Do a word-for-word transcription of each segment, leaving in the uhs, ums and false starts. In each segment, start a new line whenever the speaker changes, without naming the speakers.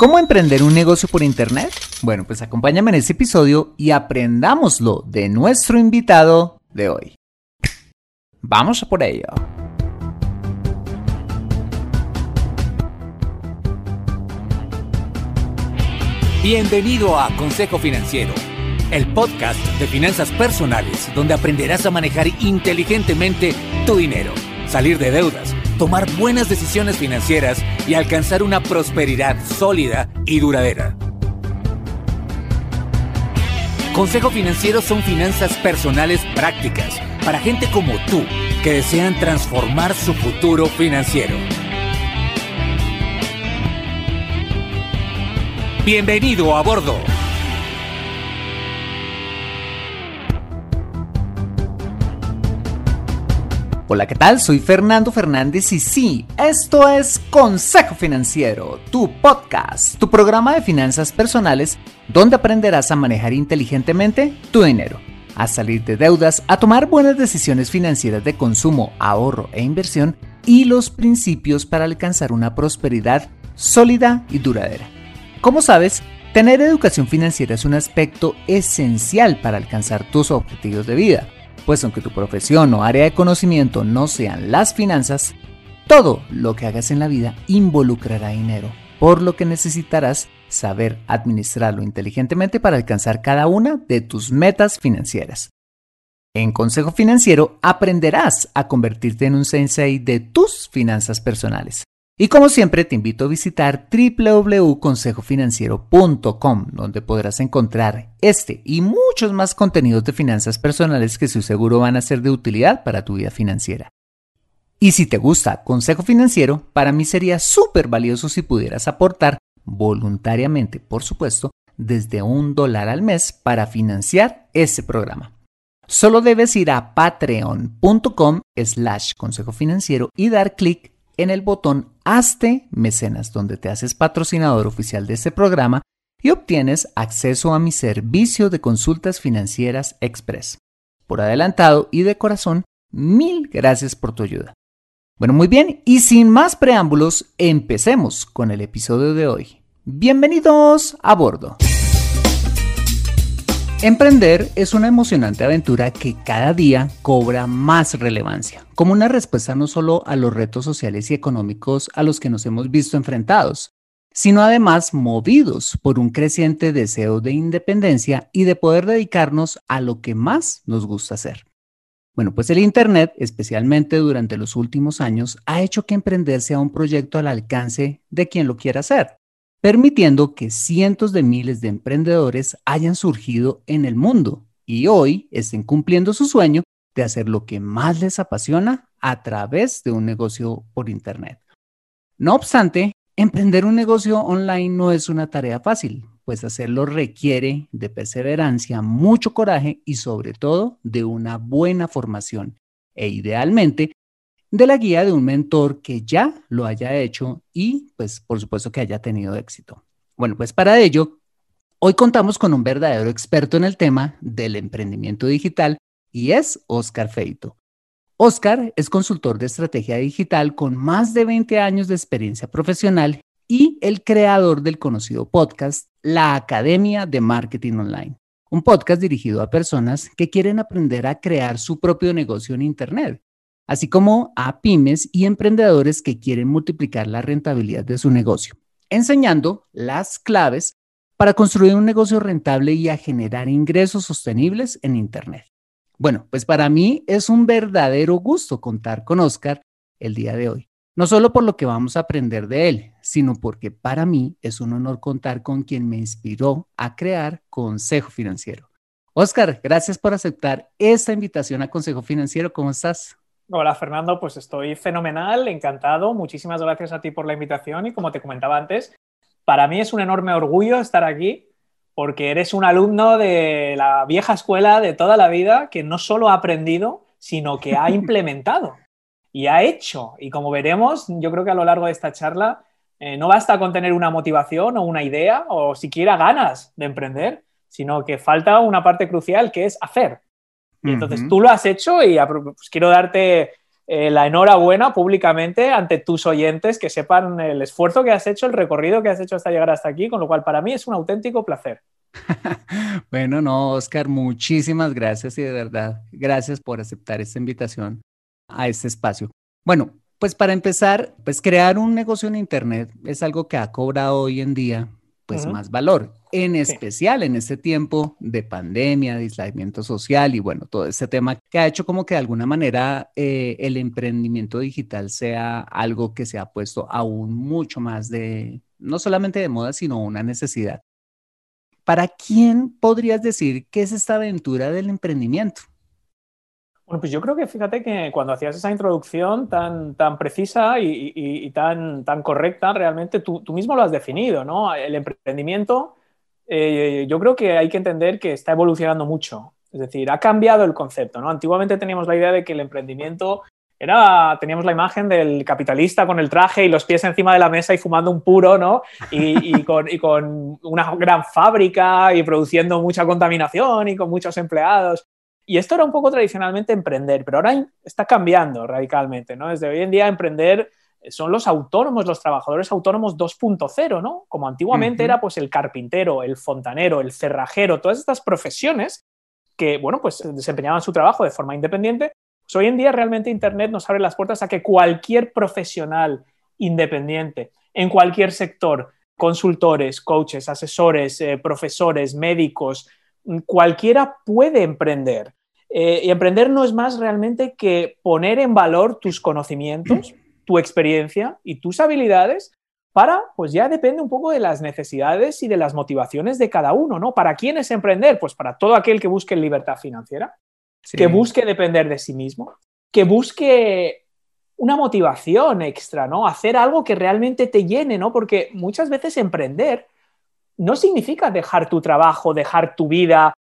¿Cómo emprender un negocio por internet? Bueno, pues acompáñame en este episodio y aprendámoslo de nuestro invitado de hoy. Vamos a por ello.
Bienvenido a Consejo Financiero, el podcast de finanzas personales donde aprenderás a manejar inteligentemente tu dinero, salir de deudas, tomar buenas decisiones financieras y alcanzar una prosperidad sólida y duradera. Consejo Financiero son finanzas personales prácticas para gente como tú que desean transformar su futuro financiero. Bienvenido a bordo.
Hola, ¿qué tal? Soy Fernando Fernández y sí, esto es Consejo Financiero, tu podcast, tu programa de finanzas personales donde aprenderás a manejar inteligentemente tu dinero, a salir de deudas, a tomar buenas decisiones financieras de consumo, ahorro e inversión y los principios para alcanzar una prosperidad sólida y duradera. Como sabes, tener educación financiera es un aspecto esencial para alcanzar tus objetivos de vida. Pues aunque tu profesión o área de conocimiento no sean las finanzas, todo lo que hagas en la vida involucrará dinero, por lo que necesitarás saber administrarlo inteligentemente para alcanzar cada una de tus metas financieras. En Consejo Financiero aprenderás a convertirte en un sensei de tus finanzas personales. Y como siempre te invito a visitar doble u doble u doble u punto consejo financiero punto com, donde podrás encontrar este y muchos más contenidos de finanzas personales que estoy seguro van a ser de utilidad para tu vida financiera. Y si te gusta Consejo Financiero, para mí sería súper valioso si pudieras aportar voluntariamente, por supuesto, desde un dólar al mes para financiar este programa. Solo debes ir a patreon punto com slash consejo financiero y dar clic en el botón Hazte Mecenas, donde te haces patrocinador oficial de este programa y obtienes acceso a mi servicio de consultas financieras express. Por adelantado y de corazón, mil gracias por tu ayuda. Bueno, muy bien, y sin más preámbulos, empecemos con el episodio de hoy. Bienvenidos a bordo. Emprender es una emocionante aventura que cada día cobra más relevancia, como una respuesta no solo a los retos sociales y económicos a los que nos hemos visto enfrentados, sino además movidos por un creciente deseo de independencia y de poder dedicarnos a lo que más nos gusta hacer. Bueno, pues el Internet, especialmente durante los últimos años, ha hecho que emprender sea un proyecto al alcance de quien lo quiera hacer, permitiendo que cientos de miles de emprendedores hayan surgido en el mundo y hoy estén cumpliendo su sueño de hacer lo que más les apasiona a través de un negocio por Internet. No obstante, emprender un negocio online no es una tarea fácil, pues hacerlo requiere de perseverancia, mucho coraje y sobre todo de una buena formación e idealmente de la guía de un mentor que ya lo haya hecho y, pues, por supuesto que haya tenido éxito. Bueno, pues para ello, hoy contamos con un verdadero experto en el tema del emprendimiento digital y es Óscar Feito. Óscar es consultor de estrategia digital con más de veinte años de experiencia profesional y el creador del conocido podcast La Academia de Marketing Online, un podcast dirigido a personas que quieren aprender a crear su propio negocio en Internet, así como a pymes y emprendedores que quieren multiplicar la rentabilidad de su negocio, enseñando las claves para construir un negocio rentable y a generar ingresos sostenibles en Internet. Bueno, pues para mí es un verdadero gusto contar con Óscar el día de hoy, no solo por lo que vamos a aprender de él, sino porque para mí es un honor contar con quien me inspiró a crear Consejo Financiero. Óscar, gracias por aceptar esta invitación a Consejo Financiero. ¿Cómo estás?
Hola Fernando, pues estoy fenomenal, encantado. Muchísimas gracias a ti por la invitación y como te comentaba antes, para mí es un enorme orgullo estar aquí porque eres un alumno de la vieja escuela de toda la vida que no solo ha aprendido, sino que ha implementado y ha hecho. Y como veremos, yo creo que a lo largo de esta charla eh, no basta con tener una motivación o una idea o siquiera ganas de emprender, sino que falta una parte crucial que es hacer. Y entonces uh-huh. tú lo has hecho y pues, quiero darte eh, la enhorabuena públicamente ante tus oyentes, que sepan el esfuerzo que has hecho, el recorrido que has hecho hasta llegar hasta aquí, con lo cual para mí es un auténtico placer.
Bueno, no, Oscar, muchísimas gracias y de verdad, gracias por aceptar esta invitación a este espacio. Bueno, pues para empezar, pues crear un negocio en Internet es algo que ha cobrado hoy en día pues
Uh-huh.
más valor, en
Sí.
especial en este tiempo de pandemia, de aislamiento social y bueno, todo este tema que ha hecho como que de alguna manera eh, el emprendimiento digital sea algo que se ha puesto aún mucho más de, no solamente de moda, sino una necesidad. ¿Para quién podrías decir que es esta aventura del emprendimiento?
Bueno, pues yo creo que fíjate que cuando hacías esa introducción tan, tan precisa y, y- y tan, tan correcta, realmente tú, tú mismo lo has definido, ¿no? El emprendimiento, eh, yo creo que hay que entender que está evolucionando mucho. Es decir, ha cambiado el concepto, ¿no? Antiguamente teníamos la idea de que el emprendimiento era, teníamos la imagen del capitalista con el traje y los pies encima de la mesa y fumando un puro, ¿no? Y, y con, y con una gran fábrica y produciendo mucha contaminación y con muchos empleados. Y esto era un poco tradicionalmente emprender, pero ahora está cambiando radicalmente, ¿no? Desde hoy en día emprender son los autónomos, los trabajadores autónomos dos punto cero, ¿no? Como antiguamente
Ujú.
era pues el carpintero, el fontanero, el cerrajero, todas estas profesiones que, bueno, pues desempeñaban su trabajo de forma independiente. Pues hoy en día realmente Internet nos abre las puertas a que cualquier profesional independiente, en cualquier sector, consultores, coaches, asesores, eh, profesores, médicos, cualquiera puede emprender. Eh, y emprender no es más realmente que poner en valor tus conocimientos, tu experiencia y tus habilidades para, pues ya depende un poco de las necesidades y de las motivaciones de cada uno, ¿no? ¿Para quién es emprender? Pues para todo aquel que busque libertad financiera, que
Sí.
busque depender de sí mismo, que busque una motivación extra, ¿no? Hacer algo que realmente te llene, ¿no? Porque muchas veces emprender no significa dejar tu trabajo, dejar tu vida,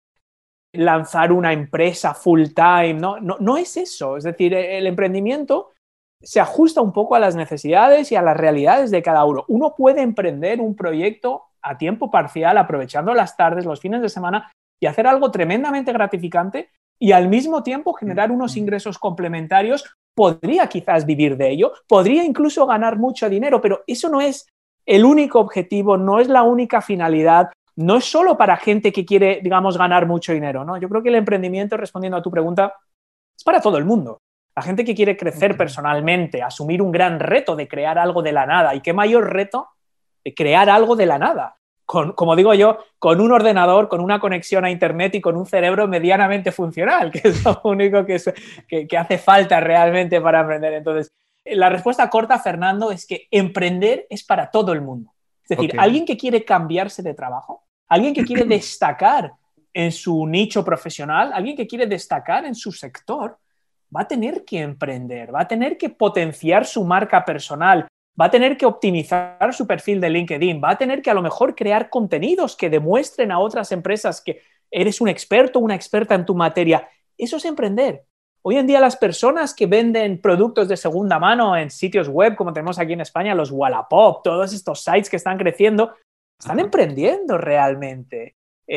lanzar una empresa full time, ¿no? No, no es eso. Es decir, el emprendimiento se ajusta un poco a las necesidades y a las realidades de cada uno. Uno puede emprender un proyecto a tiempo parcial, aprovechando las tardes, los fines de semana, y hacer algo tremendamente gratificante y al mismo tiempo generar unos ingresos complementarios. Podría quizás vivir de ello, podría incluso ganar mucho dinero, pero eso no es el único objetivo, no es la única finalidad, no es solo para gente que quiere, digamos, ganar mucho dinero, ¿no? Yo creo que el emprendimiento, respondiendo a tu pregunta, es para todo el mundo. La gente que quiere crecer
Ok.
personalmente, asumir un gran reto de crear algo de la nada. ¿Y qué mayor reto de crear algo de la nada? Con, como digo yo, con un ordenador, con una conexión a Internet y con un cerebro medianamente funcional, que es lo único que, es, que, que hace falta realmente para emprender. Entonces, la respuesta corta, Fernando, es que emprender es para todo el mundo. Es decir,
Ok.
alguien que quiere cambiarse de trabajo, alguien que quiere destacar en su nicho profesional, alguien que quiere destacar en su sector, va a tener que emprender, va a tener que potenciar su marca personal, va a tener que optimizar su perfil de LinkedIn, va a tener que a lo mejor crear contenidos que demuestren a otras empresas que eres un experto, una experta en tu materia. Eso es emprender. Hoy en día las personas que venden productos de segunda mano en sitios web, como tenemos aquí en España, los Wallapop, todos estos sites que están creciendo, están
Ajá.
emprendiendo realmente.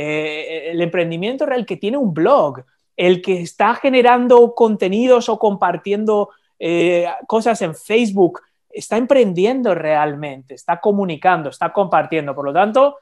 Eh, el emprendimiento real que tiene un blog, el que está generando contenidos o compartiendo eh, cosas en Facebook, está emprendiendo realmente, está comunicando, está compartiendo. Por lo tanto,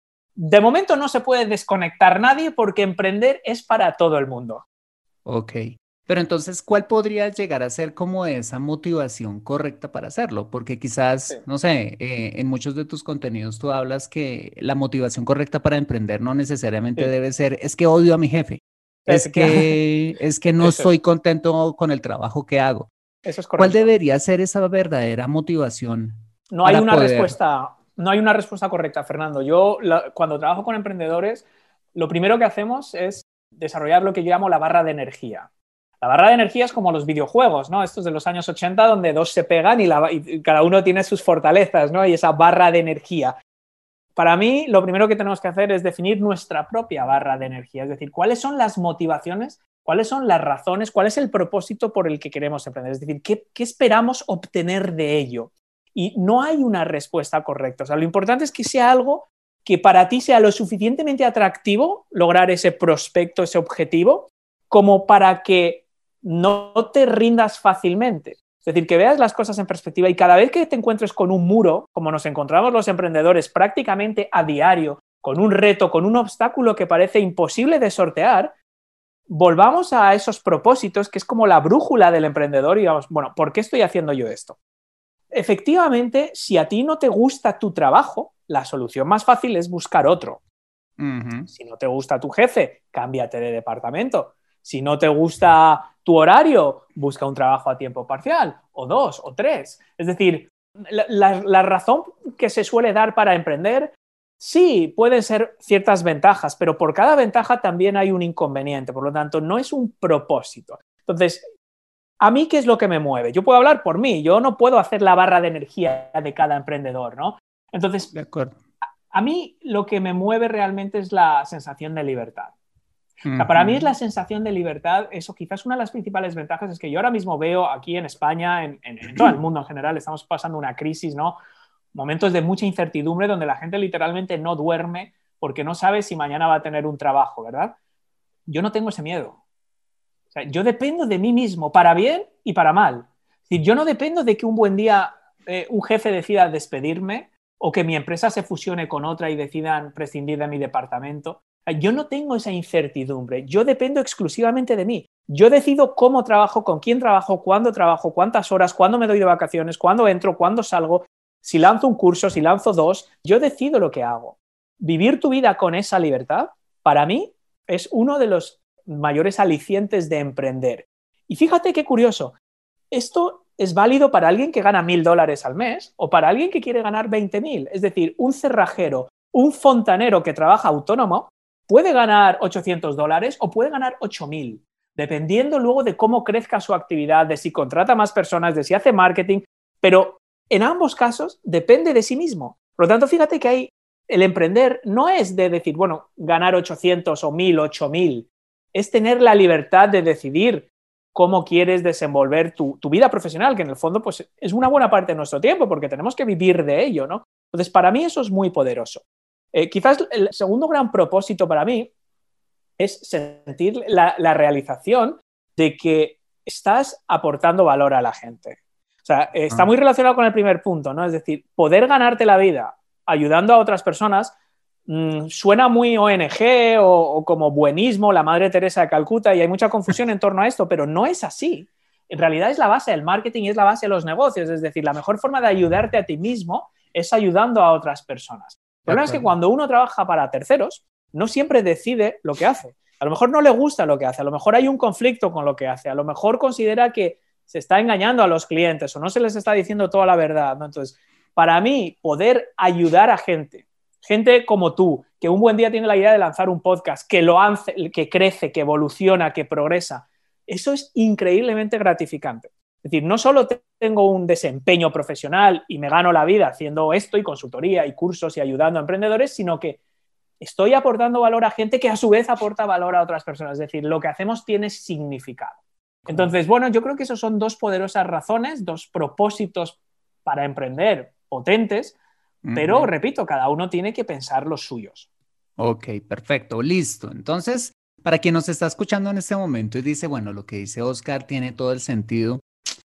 de momento no se puede desconectar nadie porque emprender es para todo el mundo.
Ok. Pero entonces, ¿cuál podría llegar a ser como esa motivación correcta para hacerlo? Porque
Sí.
quizás, no sé, eh, en muchos de tus contenidos tú hablas que la motivación correcta para emprender no necesariamente
Sí.
debe ser, es que odio a mi jefe, es
Efectivamente.
que, es que no
Eso es,
estoy contento con el trabajo que hago.
eso es
¿Cuál
correcto.
debería ser esa verdadera motivación
No hay
para
una
poder?
respuesta, no hay una respuesta correcta, Fernando. Yo, la, cuando trabajo con emprendedores, lo primero que hacemos es desarrollar lo que yo llamo la barra de energía. La barra de energía es como los videojuegos, ¿no? Estos de los años ochenta, donde dos se pegan y, la, y cada uno tiene sus fortalezas, ¿no? Y esa barra de energía. Para mí, lo primero que tenemos que hacer es definir nuestra propia barra de energía, es decir, cuáles son las motivaciones, cuáles son las razones, cuál es el propósito por el que queremos emprender, es decir, qué, qué esperamos obtener de ello. Y no hay una respuesta correcta. O sea, lo importante es que sea algo que para ti sea lo suficientemente atractivo lograr ese prospecto, ese objetivo, como para que no te rindas fácilmente. Es decir, que veas las cosas en perspectiva y cada vez que te encuentres con un muro, como nos encontramos los emprendedores prácticamente a diario, con un reto, con un obstáculo que parece imposible de sortear, volvamos a esos propósitos, que es como la brújula del emprendedor y digamos, bueno, ¿por qué estoy haciendo yo esto? Efectivamente, si a ti no te gusta tu trabajo, la solución más fácil es buscar otro. Uh-huh. Si no te gusta tu jefe, cámbiate de departamento. Si no te gusta tu horario, busca un trabajo a tiempo parcial, o dos, o tres. Es decir, la, la, la razón que se suele dar para emprender, sí, pueden ser ciertas ventajas, pero por cada ventaja también hay un inconveniente. Por lo tanto, no es un propósito. Entonces, ¿a mí qué es lo que me mueve? Yo puedo hablar por mí, yo no puedo hacer la barra de energía de cada emprendedor, ¿no? Entonces,
de acuerdo.
A, a mí lo que me mueve realmente es la sensación de libertad. O sea, para mí es la sensación de libertad, eso quizás una de las principales ventajas es que yo ahora mismo veo aquí en España, en, en, en todo el mundo en general, estamos pasando una crisis, ¿no? Momentos de mucha incertidumbre donde la gente literalmente no duerme porque no sabe si mañana va a tener un trabajo, ¿verdad? Yo no tengo ese miedo. O sea, yo dependo de mí mismo, para bien y para mal. Es decir, yo no dependo de que un buen día eh, un jefe decida despedirme o que mi empresa se fusione con otra y decidan prescindir de mi departamento. Yo no tengo esa incertidumbre, yo dependo exclusivamente de mí. Yo decido cómo trabajo, con quién trabajo, cuándo trabajo, cuántas horas, cuándo me doy de vacaciones, cuándo entro, cuándo salgo, si lanzo un curso, si lanzo dos, yo decido lo que hago. Vivir tu vida con esa libertad, para mí, es uno de los mayores alicientes de emprender. Y fíjate qué curioso, esto es válido para alguien que gana mil dólares al mes o para alguien que quiere ganar veinte mil. Es decir, un cerrajero, un fontanero que trabaja autónomo, puede ganar ochocientos dólares o puede ganar ocho mil, dependiendo luego de cómo crezca su actividad, de si contrata más personas, de si hace marketing, pero en ambos casos depende de sí mismo. Por lo tanto, fíjate que hay, el emprender no es de decir, bueno, ganar ochocientos o mil, ocho mil, es tener la libertad de decidir cómo quieres desenvolver tu, tu vida profesional, que en el fondo pues, es una buena parte de nuestro tiempo, porque tenemos que vivir de ello, ¿no? Entonces, para mí eso es muy poderoso. Eh, quizás el segundo gran propósito para mí es sentir la, la realización de que estás aportando valor a la gente. O sea, eh, está muy relacionado con el primer punto, ¿no? Es decir, poder ganarte la vida ayudando a otras personas mmm, suena muy O N G o, o como buenismo, la Madre Teresa de Calcuta, y hay mucha confusión en torno a esto, pero no es así. En realidad es la base del marketing y es la base de los negocios. Es decir, la mejor forma de ayudarte a ti mismo es ayudando a otras personas. El problema es que cuando uno trabaja para terceros, no siempre decide lo que hace. A lo mejor no le gusta lo que hace, a lo mejor hay un conflicto con lo que hace, a lo mejor considera que se está engañando a los clientes o no se les está diciendo toda la verdad, ¿no? Entonces, para mí, poder ayudar a gente, gente como tú, que un buen día tiene la idea de lanzar un podcast, que lo hace, que crece, que evoluciona, que progresa, eso es increíblemente gratificante. Es decir, no solo tengo un desempeño profesional y me gano la vida haciendo esto y consultoría y cursos y ayudando a emprendedores, sino que estoy aportando valor a gente que a su vez aporta valor a otras personas. Es decir, lo que hacemos tiene significado. Entonces, bueno, yo creo que esos son dos poderosas razones, dos propósitos para emprender potentes, pero, uh-huh. repito, cada uno tiene que pensar los suyos.
Ok, perfecto, listo. Entonces, para quien nos está escuchando en este momento y dice, bueno, lo que dice Oscar tiene todo el sentido,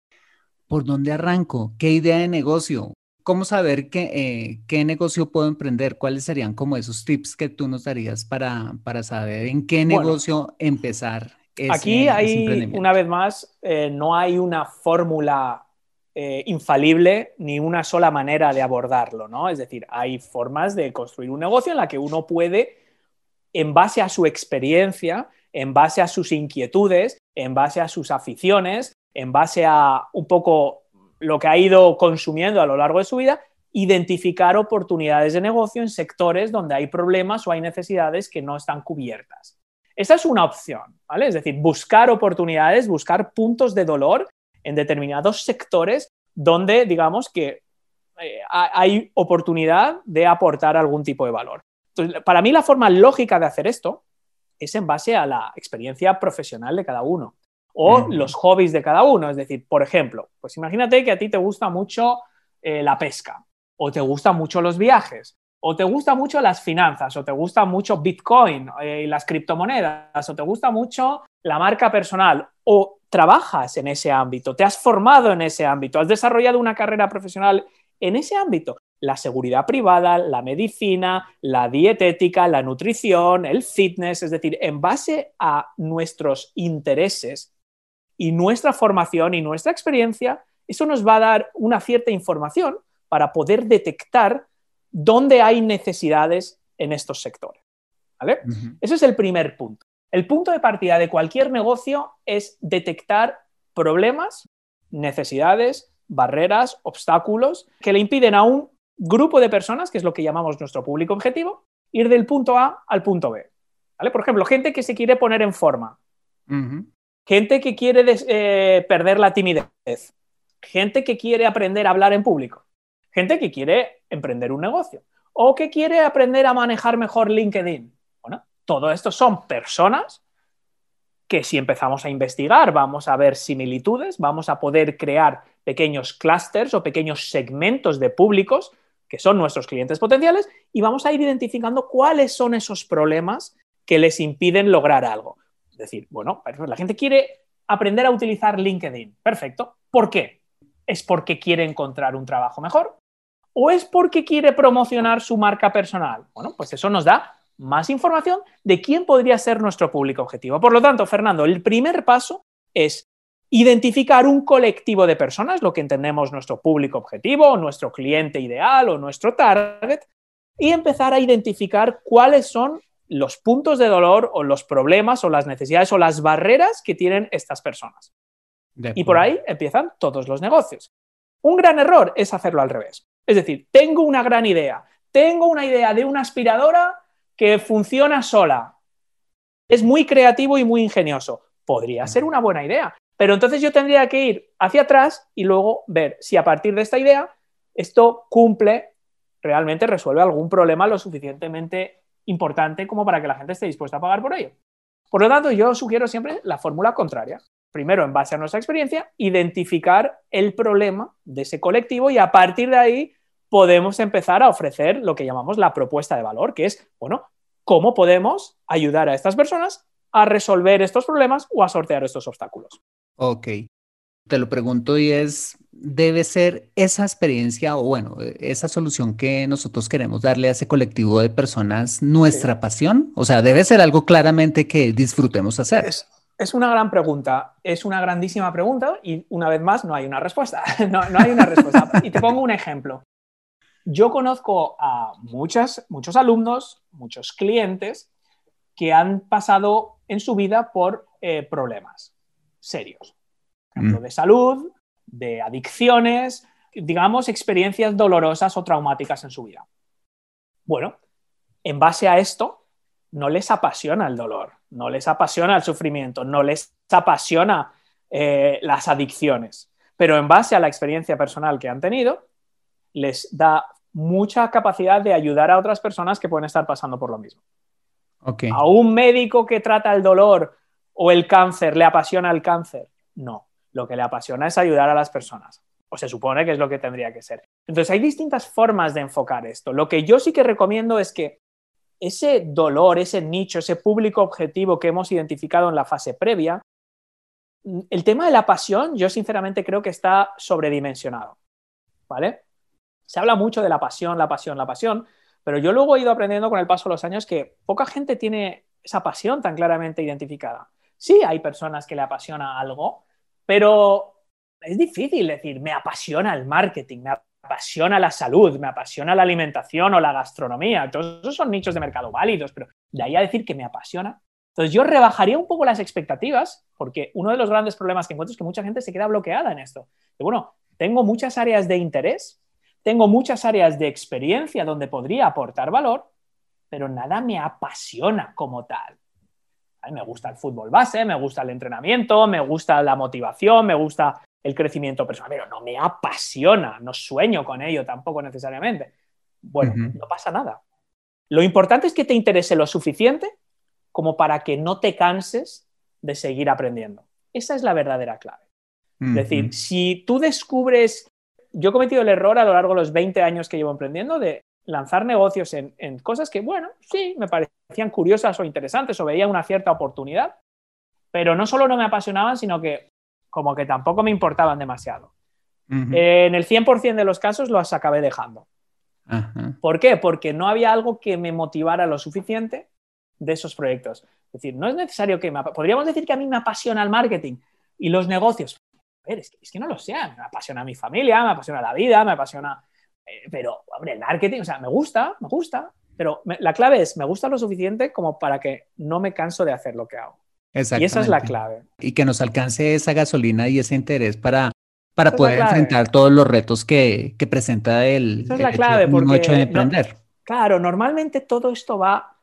¿por dónde arranco? ¿Qué idea de negocio? ¿Cómo saber qué, eh, qué negocio puedo emprender? ¿Cuáles serían como esos tips que tú nos darías para, para saber en qué bueno, negocio empezar? Ese,
aquí hay, una vez más, eh, no hay una fórmula eh, infalible ni una sola manera de abordarlo, ¿no? Es decir, hay formas de construir un negocio en la que uno puede, en base a su experiencia, en base a sus inquietudes, en base a sus aficiones, en base a un poco lo que ha ido consumiendo a lo largo de su vida, identificar oportunidades de negocio en sectores donde hay problemas o hay necesidades que no están cubiertas. Esa es una opción, ¿vale? Es decir, buscar oportunidades, buscar puntos de dolor en determinados sectores donde, digamos, que eh, hay oportunidad de aportar algún tipo de valor. Entonces, para mí la forma lógica de hacer esto es en base a la experiencia profesional de cada uno o uh-huh. los hobbies de cada uno. Es decir, por ejemplo, pues imagínate que a ti te gusta mucho eh, la pesca o te gustan mucho los viajes o te gustan mucho las finanzas o te gusta mucho Bitcoin y eh, las criptomonedas o te gusta mucho la marca personal o trabajas en ese ámbito, te has formado en ese ámbito, has desarrollado una carrera profesional en ese ámbito. La seguridad privada, la medicina, la dietética, la nutrición, el fitness, es decir, en base a nuestros intereses y nuestra formación y nuestra experiencia, eso nos va a dar una cierta información para poder detectar dónde hay necesidades en estos sectores, ¿vale? Uh-huh. Ese es el primer punto. El punto de partida de cualquier negocio es detectar problemas, necesidades, barreras, obstáculos que le impiden a un grupo de personas, que es lo que llamamos nuestro público objetivo, ir del punto A al punto B, ¿vale? Por ejemplo, gente que se quiere poner en forma, uh-huh. gente que quiere des- eh, perder la timidez, gente que quiere aprender a hablar en público, gente que quiere emprender un negocio o que quiere aprender a manejar mejor LinkedIn. Bueno, todo esto son personas que si empezamos a investigar vamos a ver similitudes, vamos a poder crear pequeños clústeres o pequeños segmentos de públicos que son nuestros clientes potenciales y vamos a ir identificando cuáles son esos problemas que les impiden lograr algo. Es decir, bueno, la gente quiere aprender a utilizar LinkedIn. Perfecto. ¿Por qué? ¿Es porque quiere encontrar un trabajo mejor? ¿O es porque quiere promocionar su marca personal? Bueno, pues eso nos da más información de quién podría ser nuestro público objetivo. Por lo tanto, Fernando, el primer paso es identificar un colectivo de personas, lo que entendemos nuestro público objetivo, nuestro cliente ideal o nuestro target, y empezar a identificar cuáles son los puntos de dolor o los problemas o las necesidades o las barreras que tienen estas personas. Y por ahí empiezan todos los negocios. Un gran error es hacerlo al revés. Es decir, tengo una gran idea, tengo una idea de una aspiradora que funciona sola. Es muy creativo y muy ingenioso. Podría ser una buena idea, pero entonces yo tendría que ir hacia atrás y luego ver si a partir de esta idea esto cumple, realmente resuelve algún problema lo suficientemente importante como para que la gente esté dispuesta a pagar por ello. Por lo tanto, yo sugiero siempre la fórmula contraria. Primero, en base a nuestra experiencia, identificar el problema de ese colectivo y a partir de ahí podemos empezar a ofrecer lo que llamamos la propuesta de valor, que es, bueno, ¿cómo podemos ayudar a estas personas a resolver estos problemas o a sortear estos obstáculos?
Ok. Te lo pregunto y es, ¿debe ser esa experiencia o bueno, esa solución que nosotros queremos darle a ese colectivo de personas nuestra sí. pasión? O sea, ¿debe ser algo claramente que disfrutemos hacer?
Es, es una gran pregunta, es una grandísima pregunta y una vez más no hay una respuesta, no, no hay una respuesta. Y te pongo un ejemplo. Yo conozco a muchas, muchos alumnos, muchos clientes que han pasado en su vida por eh, problemas serios. Por ejemplo, de salud, de adicciones, digamos, experiencias dolorosas o traumáticas en su vida. Bueno, en base a esto, no les apasiona el dolor, no les apasiona el sufrimiento, no les apasiona eh, las adicciones, pero en base a la experiencia personal que han tenido, les da mucha capacidad de ayudar a otras personas que pueden estar pasando por lo mismo.
Okay.
¿A un médico que trata el dolor o el cáncer le apasiona el cáncer? No. Lo que le apasiona es ayudar a las personas. O se supone que es lo que tendría que ser. Entonces hay distintas formas de enfocar esto. Lo que yo sí que recomiendo es que ese dolor, ese nicho, ese público objetivo que hemos identificado en la fase previa, el tema de la pasión yo sinceramente creo que está sobredimensionado, ¿vale? Se habla mucho de la pasión, la pasión, la pasión, pero yo luego he ido aprendiendo con el paso de los años que poca gente tiene esa pasión tan claramente identificada. Sí, hay personas que le apasiona algo, pero es difícil decir, me apasiona el marketing, me apasiona la salud, me apasiona la alimentación o la gastronomía. Todos esos son nichos de mercado válidos, pero de ahí a decir que me apasiona. Entonces yo rebajaría un poco las expectativas, porque uno de los grandes problemas que encuentro es que mucha gente se queda bloqueada en esto. Y bueno, tengo muchas áreas de interés, tengo muchas áreas de experiencia donde podría aportar valor, pero nada me apasiona como tal. Me gusta el fútbol base, me gusta el entrenamiento, me gusta la motivación, me gusta el crecimiento personal, pero no me apasiona, no sueño con ello tampoco necesariamente. Bueno, uh-huh. no pasa nada. Lo importante es que te interese lo suficiente como para que no te canses de seguir aprendiendo. Esa es la verdadera clave. Uh-huh. Es decir, si tú descubres... Yo he cometido el error a lo largo de los veinte años que llevo emprendiendo de lanzar negocios en, en cosas que, bueno, sí, me parecían curiosas o interesantes o veía una cierta oportunidad, pero no solo no me apasionaban, sino que como que tampoco me importaban demasiado.
Uh-huh.
Eh, en el cien por ciento de los casos los acabé dejando.
Uh-huh.
¿Por qué? Porque no había algo que me motivara lo suficiente de esos proyectos. Es decir, no es necesario que me... Podríamos decir que a mí me apasiona el marketing y los negocios. A ver, es que, es que no lo sé. Me apasiona mi familia, me apasiona la vida, me apasiona... Eh, pero, hombre, el marketing, o sea, me gusta, me gusta. Pero me, la clave es, me gusta lo suficiente como para que no me canso de hacer lo que hago. Y esa es la clave.
Y que nos alcance esa gasolina y ese interés para, para poder enfrentar todos los retos que, que presenta el,
esa es
el,
la
hecho,
clave,
el mismo
porque
hecho de emprender.
No, claro, normalmente todo esto va,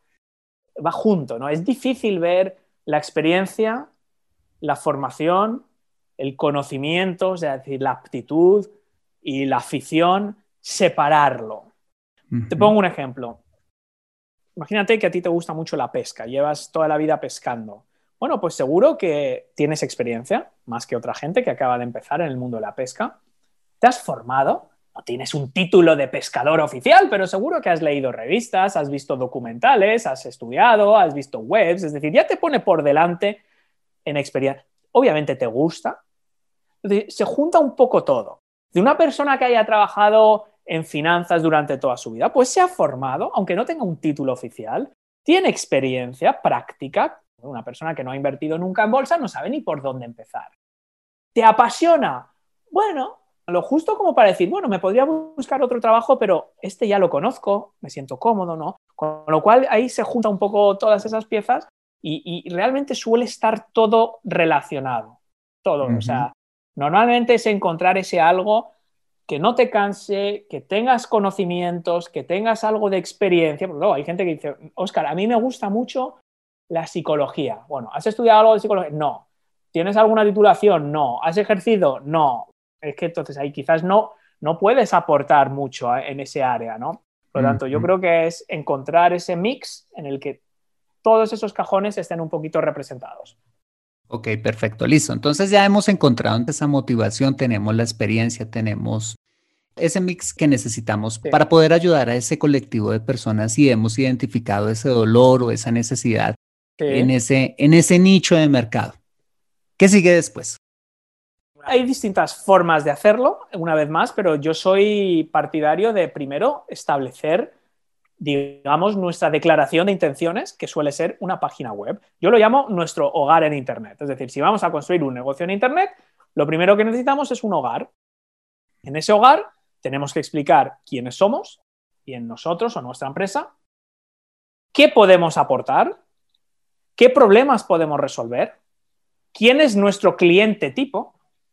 va junto, ¿no? Es difícil ver la experiencia, la formación, el conocimiento, es decir, la aptitud y la afición, separarlo. Uh-huh. Te pongo un ejemplo. Imagínate que a ti te gusta mucho la pesca, llevas toda la vida pescando. Bueno, pues seguro que tienes experiencia, más que otra gente que acaba de empezar en el mundo de la pesca. Te has formado, no tienes un título de pescador oficial, pero seguro que has leído revistas, has visto documentales, has estudiado, has visto webs, es decir, ya te pone por delante en experiencia. Obviamente te gusta. Es decir, se junta un poco todo. De una persona que haya trabajado en finanzas durante toda su vida, pues se ha formado, aunque no tenga un título oficial, tiene experiencia práctica. Una persona que no ha invertido nunca en bolsa no sabe ni por dónde empezar. ¿Te apasiona? Bueno, lo justo como para decir, bueno, me podría buscar otro trabajo, pero este ya lo conozco, me siento cómodo, ¿no? Con lo cual ahí se juntan un poco todas esas piezas y, y realmente suele estar todo relacionado. Todo, uh-huh. O sea, normalmente es encontrar ese algo que no te canse, que tengas conocimientos, que tengas algo de experiencia. Porque luego hay gente que dice, Óscar, a mí me gusta mucho la psicología. Bueno, ¿has estudiado algo de psicología? No. ¿Tienes alguna titulación? No. ¿Has ejercido? No. Es que entonces ahí quizás no, no puedes aportar mucho en ese área, ¿no? Por lo tanto, yo creo que es encontrar ese mix en el que todos esos cajones estén un poquito representados.
Ok, perfecto, listo. Entonces ya hemos encontrado esa motivación, tenemos la experiencia, tenemos ese mix que necesitamos sí. para poder ayudar a ese colectivo de personas y hemos identificado ese dolor o esa necesidad sí. en, ese, en ese nicho de mercado. ¿Qué sigue después?
Hay distintas formas de hacerlo, una vez más, pero yo soy partidario de primero establecer, digamos, nuestra declaración de intenciones, que suele ser una página web. Yo lo llamo nuestro hogar en Internet. Es decir, si vamos a construir un negocio en Internet, lo primero que necesitamos es un hogar. En ese hogar tenemos que explicar quiénes somos, quién nosotros o nuestra empresa, qué podemos aportar, qué problemas podemos resolver, quién es nuestro cliente tipo,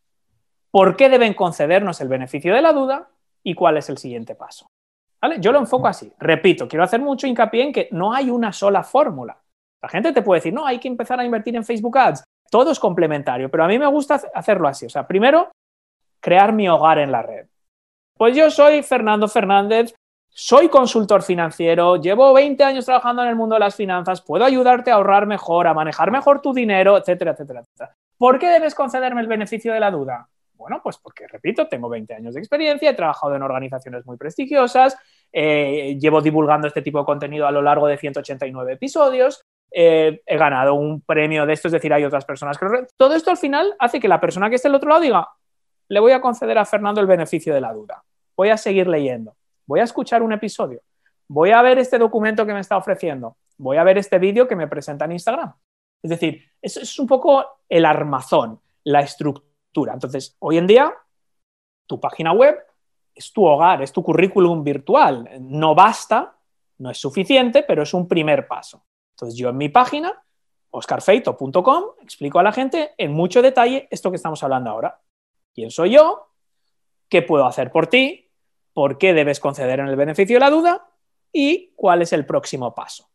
por qué deben concedernos el beneficio de la duda y cuál es el siguiente paso. ¿Vale? Yo lo enfoco así. Repito, quiero hacer mucho hincapié en que no hay una sola fórmula. La gente te puede decir, no, hay que empezar a invertir en Facebook Ads. Todo es complementario, pero a mí me gusta hacerlo así. O sea, primero, crear mi hogar en la red. Pues yo soy Fernando Fernández, soy consultor financiero, llevo veinte años trabajando en el mundo de las finanzas, puedo ayudarte a ahorrar mejor, a manejar mejor tu dinero, etcétera, etcétera, etcétera. ¿Por qué debes concederme el beneficio de la duda? Bueno, pues porque, repito, tengo veinte años de experiencia, he trabajado en organizaciones muy prestigiosas, eh, llevo divulgando este tipo de contenido a lo largo de ciento ochenta y nueve episodios, eh, he ganado un premio de esto, es decir, hay otras personas que... Todo esto al final hace que la persona que esté al otro lado diga, le voy a conceder a Fernando el beneficio de la duda, voy a seguir leyendo, voy a escuchar un episodio, voy a ver este documento que me está ofreciendo, voy a ver este vídeo que me presenta en Instagram. Es decir, eso es un poco el armazón, la estructura. Entonces, hoy en día, tu página web es tu hogar, es tu currículum virtual. No basta, no es suficiente, pero es un primer paso. Entonces, yo en mi página, oscar feito punto com, explico a la gente en mucho detalle esto que estamos hablando ahora. ¿Quién soy yo? ¿Qué puedo hacer por ti? ¿Por qué debes conceder en el beneficio de la duda? ¿Y cuál es el próximo paso?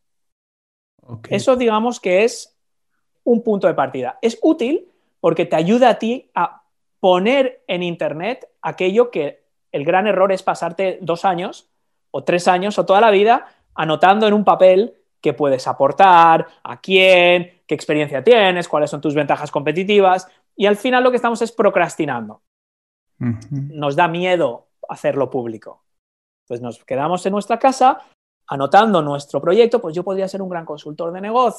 Okay. Eso, digamos que es un punto de partida. Es útil porque te ayuda a ti a poner en Internet aquello que el gran error es pasarte dos años o tres años o toda la vida anotando en un papel qué puedes aportar, a quién, qué experiencia tienes, cuáles son tus ventajas competitivas y al final lo que estamos es procrastinando. Uh-huh. Nos da miedo hacerlo público. Entonces nos quedamos en nuestra casa anotando nuestro proyecto, pues yo podría ser un gran consultor de negocios,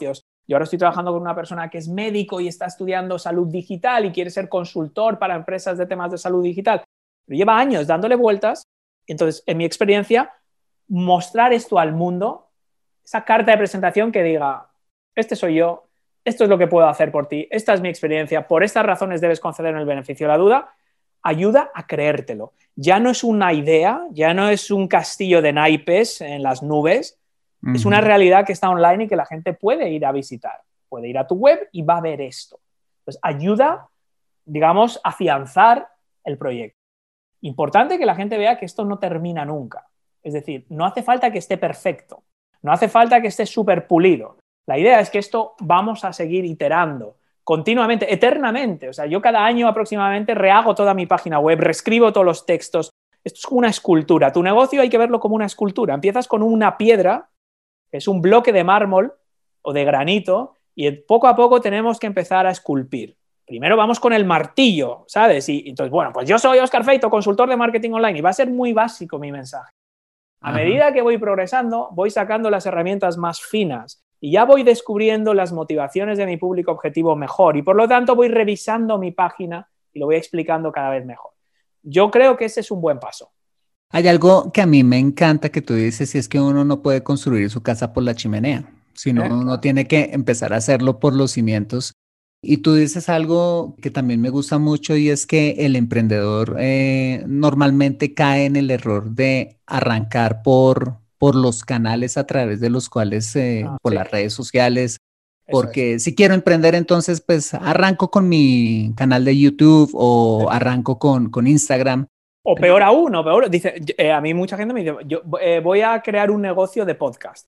Yo ahora estoy trabajando con una persona que es médico y está estudiando salud digital y quiere ser consultor para empresas de temas de salud digital, pero lleva años dándole vueltas. Entonces, en mi experiencia, mostrar esto al mundo, esa carta de presentación que diga, este soy yo, esto es lo que puedo hacer por ti, esta es mi experiencia, por estas razones debes concederme el beneficio de la duda, ayuda a creértelo. Ya no es una idea, ya no es un castillo de naipes en las nubes, uh-huh. Es una realidad que está online y que la gente puede ir a visitar, puede ir a tu web y va a ver esto. Entonces, ayuda, digamos, a afianzar el proyecto. Importante que la gente vea que esto no termina nunca. Es decir, no hace falta que esté perfecto, no hace falta que esté súper pulido. La idea es que esto vamos a seguir iterando continuamente, eternamente. O sea, yo cada año aproximadamente rehago toda mi página web, reescribo todos los textos. Esto es como una escultura. Tu negocio hay que verlo como una escultura. Empiezas con una piedra, que es un bloque de mármol o de granito, y poco a poco tenemos que empezar a esculpir. Primero vamos con el martillo, ¿sabes? Y entonces, bueno, pues yo soy Óscar Feito, consultor de marketing online, y va a ser muy básico mi mensaje. A Ajá. medida que voy progresando, voy sacando las herramientas más finas y ya voy descubriendo las motivaciones de mi público objetivo mejor y por lo tanto voy revisando mi página y lo voy explicando cada vez mejor. Yo creo que ese es un buen paso.
Hay algo que a mí me encanta que tú dices y es que uno no puede construir su casa por la chimenea, sino ¿Eh? uno tiene que empezar a hacerlo por los cimientos. Y tú dices algo que también me gusta mucho y es que el emprendedor eh, normalmente cae en el error de arrancar por, por los canales a través de los cuales, eh, ah, por sí. las redes sociales, porque es. si quiero emprender entonces pues arranco con mi canal de YouTube o sí. arranco con, con Instagram.
O peor aún, o peor, dice, eh, a mí mucha gente me dice, yo eh, voy a crear un negocio de podcast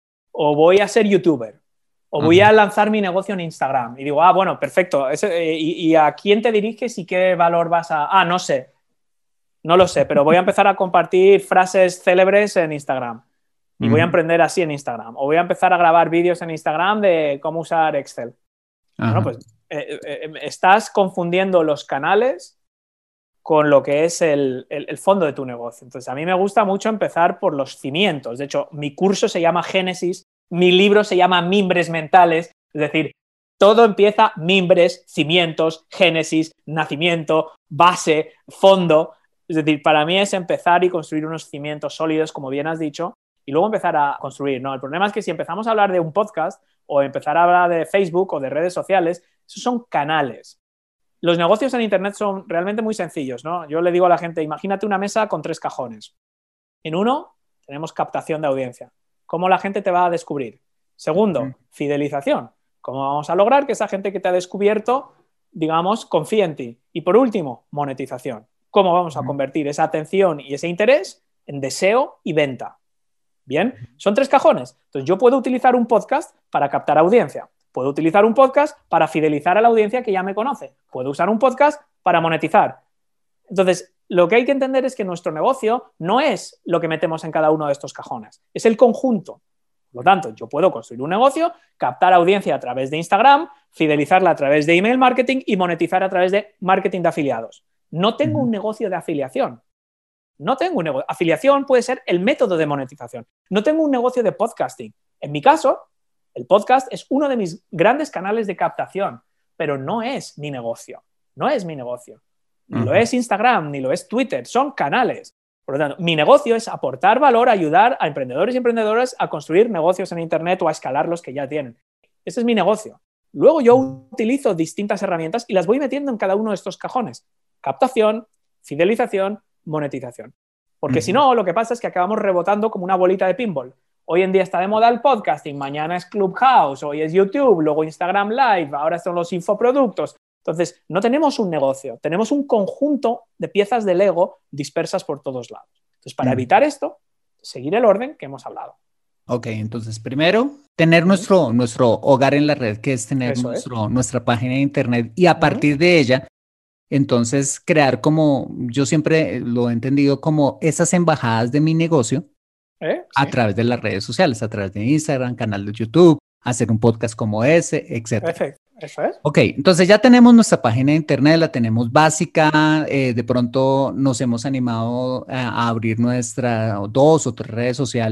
o voy a ser youtuber. O voy Ajá. a lanzar mi negocio en Instagram. Y digo, ah, bueno, perfecto. Eso, eh, y, ¿Y a quién te diriges y qué valor vas a...? Ah, no sé. No lo sé, pero voy a empezar a compartir frases célebres en Instagram. Y uh-huh. voy a emprender así en Instagram. O voy a empezar a grabar vídeos en Instagram de cómo usar Excel. Ajá. Bueno, pues eh, eh, estás confundiendo los canales con lo que es el, el, el fondo de tu negocio. Entonces, a mí me gusta mucho empezar por los cimientos. De hecho, mi curso se llama Génesis. Mi libro se llama Mimbres Mentales, es decir, todo empieza mimbres, cimientos, génesis, nacimiento, base, fondo. Es decir, para mí es empezar y construir unos cimientos sólidos, como bien has dicho, y luego empezar a construir, ¿no? El problema es que si empezamos a hablar de un podcast o empezar a hablar de Facebook o de redes sociales, esos son canales. Los negocios en Internet son realmente muy sencillos, ¿no? Yo le digo a la gente, imagínate una mesa con tres cajones. En uno tenemos captación de audiencia. ¿Cómo la gente te va a descubrir? Segundo, uh-huh. fidelización. ¿Cómo vamos a lograr que esa gente que te ha descubierto, digamos, confíe en ti? Y por último, monetización. ¿Cómo vamos uh-huh. a convertir esa atención y ese interés en deseo y venta? Bien, son tres cajones. Entonces yo puedo utilizar un podcast para captar audiencia. Puedo utilizar un podcast para fidelizar a la audiencia que ya me conoce. Puedo usar un podcast para monetizar. Entonces, lo que hay que entender es que nuestro negocio no es lo que metemos en cada uno de estos cajones, es el conjunto. Por lo tanto, yo puedo construir un negocio, captar audiencia a través de Instagram, fidelizarla a través de email marketing y monetizar a través de marketing de afiliados. No tengo un negocio de afiliación. No tengo un negocio. Afiliación puede ser el método de monetización. No tengo un negocio de podcasting. En mi caso, el podcast es uno de mis grandes canales de captación, pero no es mi negocio. No es mi negocio. Ni lo es Instagram, ni lo es Twitter, son canales. Por lo tanto, mi negocio es aportar valor, ayudar a emprendedores y emprendedoras a construir negocios en Internet o a escalar los que ya tienen. Ese es mi negocio. Luego yo utilizo distintas herramientas y las voy metiendo en cada uno de estos cajones. Captación, fidelización, monetización. Porque uh-huh. si no, lo que pasa es que acabamos rebotando como una bolita de pinball. Hoy en día está de moda el podcasting, mañana es Clubhouse, hoy es YouTube, luego Instagram Live, ahora son los infoproductos. Entonces, no tenemos un negocio, tenemos un conjunto de piezas de Lego dispersas por todos lados. Entonces, para evitar esto, seguir el orden que hemos hablado.
Ok, entonces, primero, tener uh-huh. nuestro, nuestro hogar en la red, que es tener nuestro, es. nuestra página de Internet y a uh-huh. partir de ella, entonces, crear como, yo siempre lo he entendido como esas embajadas de mi negocio ¿Eh? a sí. través de las redes sociales, a través de Instagram, canal de YouTube, hacer un podcast como ese, etcétera.
Perfecto. Eso es.
Ok, entonces ya tenemos nuestra página de Internet, la tenemos básica, eh, de pronto nos hemos animado a, a abrir nuestras dos o tres redes sociales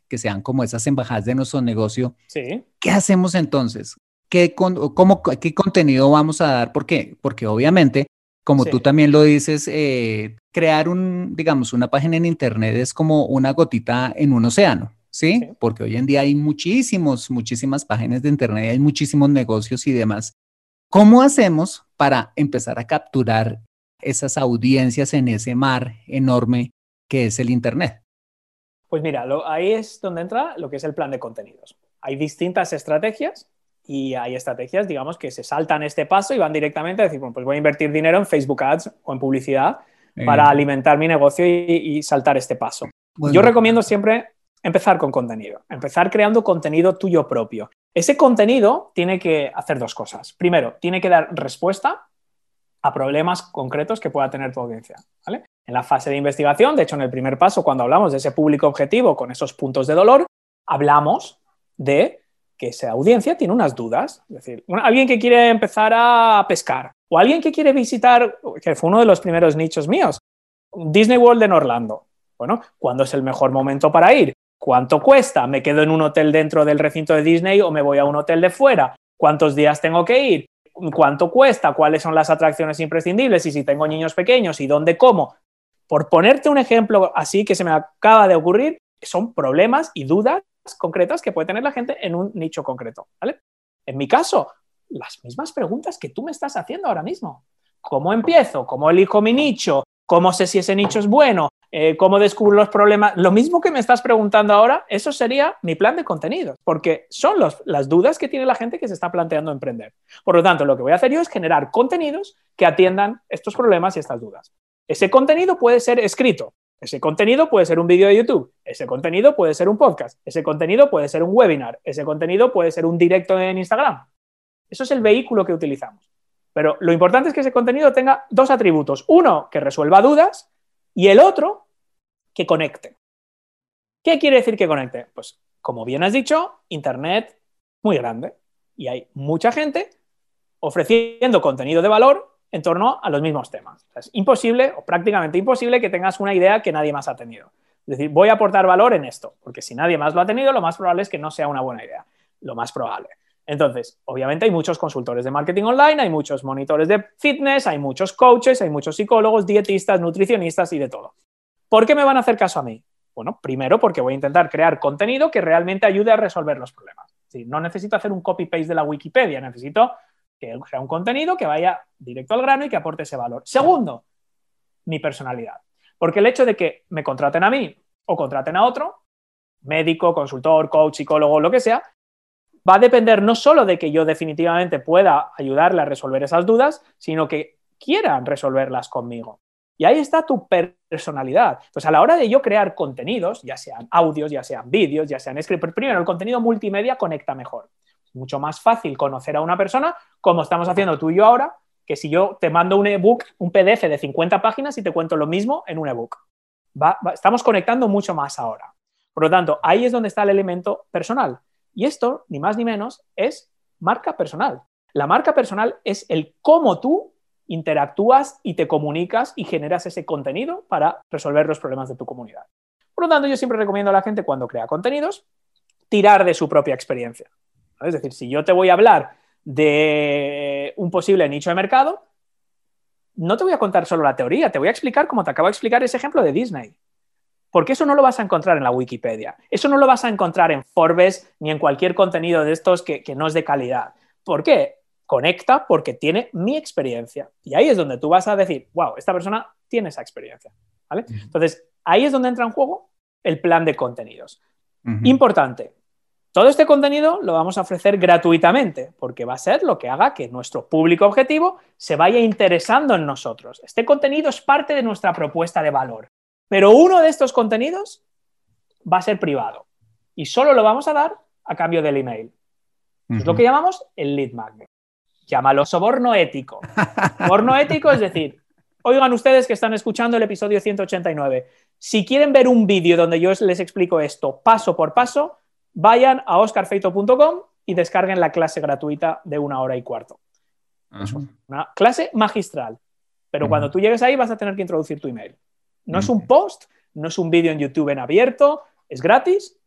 que sean como esas embajadas de nuestro negocio.
Sí.
¿Qué hacemos entonces? ¿Qué, con, cómo, ¿Qué contenido vamos a dar? ¿Por qué? Porque obviamente, como
Sí.
tú también lo dices, eh, crear un, digamos, una página en internet es como una gotita en un océano, ¿sí?
Sí.
Porque hoy en día hay muchísimos, muchísimas páginas de internet, hay muchísimos negocios y demás. ¿Cómo hacemos para empezar a capturar esas audiencias en ese mar enorme que es el internet?
Pues mira, lo, ahí es donde entra lo que es el plan de contenidos. Hay distintas estrategias y hay estrategias, digamos, que se saltan este paso y van directamente a decir, bueno, pues voy a invertir dinero en Facebook Ads o en publicidad eh. para alimentar mi negocio y, y saltar este paso. Bueno. Yo recomiendo siempre empezar con contenido, empezar creando contenido tuyo propio. Ese contenido tiene que hacer dos cosas. Primero, tiene que dar respuesta a problemas concretos que pueda tener tu audiencia, ¿vale? En la fase de investigación, de hecho, en el primer paso, cuando hablamos de ese público objetivo con esos puntos de dolor, hablamos de que esa audiencia tiene unas dudas. Es decir, una, alguien que quiere empezar a pescar o alguien que quiere visitar, que fue uno de los primeros nichos míos, Disney World en Orlando. Bueno, ¿cuándo es el mejor momento para ir? ¿Cuánto cuesta? ¿Me quedo en un hotel dentro del recinto de Disney o me voy a un hotel de fuera? ¿Cuántos días tengo que ir? ¿Cuánto cuesta? ¿Cuáles son las atracciones imprescindibles? Y si tengo niños pequeños, ¿y dónde como? Por ponerte un ejemplo así que se me acaba de ocurrir, son problemas y dudas concretas que puede tener la gente en un nicho concreto, ¿vale? En mi caso, las mismas preguntas que tú me estás haciendo ahora mismo. ¿Cómo empiezo? ¿Cómo elijo mi nicho? ¿Cómo sé si ese nicho es bueno? Eh, ¿Cómo descubro los problemas? Lo mismo que me estás preguntando ahora, eso sería mi plan de contenidos, porque son los, las dudas que tiene la gente que se está planteando emprender. Por lo tanto, lo que voy a hacer yo es generar contenidos que atiendan estos problemas y estas dudas. Ese contenido puede ser escrito, ese contenido puede ser un vídeo de YouTube, ese contenido puede ser un podcast, ese contenido puede ser un webinar, ese contenido puede ser un directo en Instagram. Eso es el vehículo que utilizamos. Pero lo importante es que ese contenido tenga dos atributos. Uno, que resuelva dudas, y el otro, que conecte. ¿Qué quiere decir que conecte? Pues, como bien has dicho, Internet es muy grande y hay mucha gente ofreciendo contenido de valor en torno a los mismos temas. O sea, es imposible o prácticamente imposible que tengas una idea que nadie más ha tenido. Es decir, voy a aportar valor en esto, porque si nadie más lo ha tenido, lo más probable es que no sea una buena idea. Lo más probable. Entonces, obviamente hay muchos consultores de marketing online, hay muchos monitores de fitness, hay muchos coaches, hay muchos psicólogos, dietistas, nutricionistas y de todo. ¿Por qué me van a hacer caso a mí? Bueno, primero porque voy a intentar crear contenido que realmente ayude a resolver los problemas. Sí, no necesito hacer un copy-paste de la Wikipedia, necesito que sea un contenido que vaya directo al grano y que aporte ese valor. Segundo, mi personalidad. Porque el hecho de que me contraten a mí o contraten a otro, médico, consultor, coach, psicólogo, lo que sea, va a depender no solo de que yo definitivamente pueda ayudarle a resolver esas dudas, sino que quieran resolverlas conmigo. Y ahí está tu personalidad. Entonces, a la hora de yo crear contenidos, ya sean audios, ya sean vídeos, ya sean scripts, primero el contenido multimedia conecta mejor. Es mucho más fácil conocer a una persona, como estamos haciendo tú y yo ahora, que si yo te mando un ebook, un P D F de cincuenta páginas y te cuento lo mismo en un ebook. Va, va, estamos conectando mucho más ahora. Por lo tanto, ahí es donde está el elemento personal. Y esto, ni más ni menos, es marca personal. La marca personal es el cómo tú interactúas y te comunicas y generas ese contenido para resolver los problemas de tu comunidad. Por lo tanto, yo siempre recomiendo a la gente cuando crea contenidos tirar de su propia experiencia. Es decir, si yo te voy a hablar de un posible nicho de mercado, no te voy a contar solo la teoría, te voy a explicar como te acabo de explicar ese ejemplo de Disney. Porque eso no lo vas a encontrar en la Wikipedia. Eso no lo vas a encontrar en Forbes ni en cualquier contenido de estos que, que no es de calidad. ¿Por qué? Conecta porque tiene mi experiencia. Y ahí es donde tú vas a decir, wow, esta persona tiene esa experiencia. ¿Vale? Uh-huh. Entonces, ahí es donde entra en juego el plan de contenidos. Uh-huh. Importante. Todo este contenido lo vamos a ofrecer gratuitamente porque va a ser lo que haga que nuestro público objetivo se vaya interesando en nosotros. Este contenido es parte de nuestra propuesta de valor. Pero uno de estos contenidos va a ser privado y solo lo vamos a dar a cambio del email. Uh-huh. Es lo que llamamos el lead magnet. Llámalo soborno ético. Soborno ético es decir, oigan ustedes que están escuchando el episodio ciento ochenta y nueve, si quieren ver un vídeo donde yo les explico esto paso por paso, vayan a oscar feito punto com y descarguen la clase gratuita de una hora y cuarto. Uh-huh. Es una clase magistral. Pero uh-huh. cuando tú llegues ahí vas a tener que introducir tu email. No es un post, no es un vídeo en YouTube en abierto, es gratis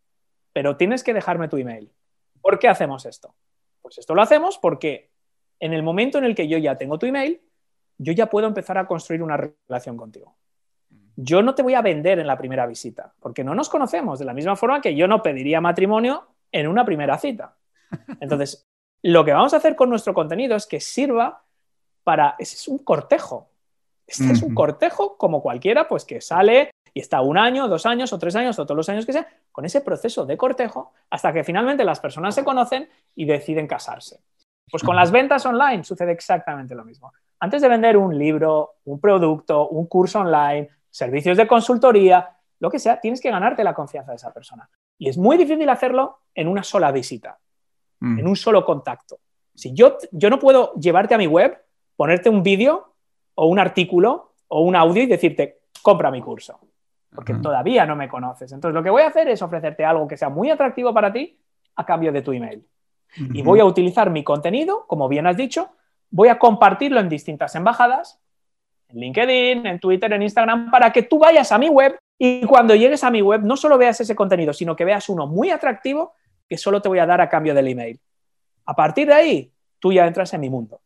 pero tienes que dejarme tu email. ¿Por qué hacemos esto? Pues esto lo hacemos porque en el momento en el que yo ya tengo tu email, yo ya puedo empezar a construir una relación contigo. Yo no te voy a vender en la primera visita, porque no nos conocemos, de la misma forma que yo no pediría matrimonio en una primera cita. Entonces, lo que vamos a hacer con nuestro contenido es que sirva para... Ese es un cortejo. Este uh-huh. es un cortejo como cualquiera, pues que sale y está un año, dos años o tres años o todos los años que sea, con ese proceso de cortejo hasta que finalmente las personas se conocen y deciden casarse. Pues con las ventas online sucede exactamente lo mismo. Antes de vender un libro, un producto, un curso online, servicios de consultoría, lo que sea, tienes que ganarte la confianza de esa persona. Y es muy difícil hacerlo en una sola visita, mm. en un solo contacto. Si yo, yo no puedo llevarte a mi web, ponerte un vídeo o un artículo o un audio y decirte, compra mi curso, porque uh-huh. todavía no me conoces. Entonces, lo que voy a hacer es ofrecerte algo que sea muy atractivo para ti a cambio de tu email. Uh-huh. Y voy a utilizar mi contenido, como bien has dicho, voy a compartirlo en distintas embajadas, en LinkedIn, en Twitter, en Instagram, para que tú vayas a mi web y cuando llegues a mi web no solo veas ese contenido, sino que veas uno muy atractivo que solo te voy a dar a cambio del email. A partir de ahí, tú ya entras en mi mundo.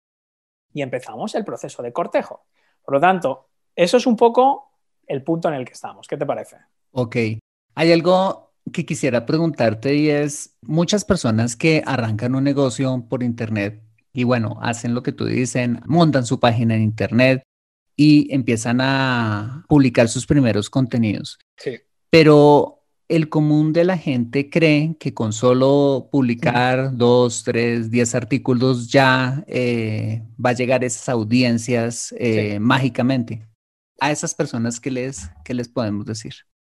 Y empezamos el proceso de cortejo. Por lo tanto, eso es un poco el punto en el que estamos. ¿Qué te parece?
Ok. Hay algo que quisiera preguntarte y es, muchas personas que arrancan un negocio por internet y bueno, hacen lo que tú dicen, montan su página en internet y empiezan a publicar sus primeros contenidos.
Sí.
Pero el común de la gente cree que con solo publicar sí. dos, tres, diez artículos ya eh, va a llegar a esas audiencias eh, sí. mágicamente. A esas personas, ¿qué les, qué les podemos decir?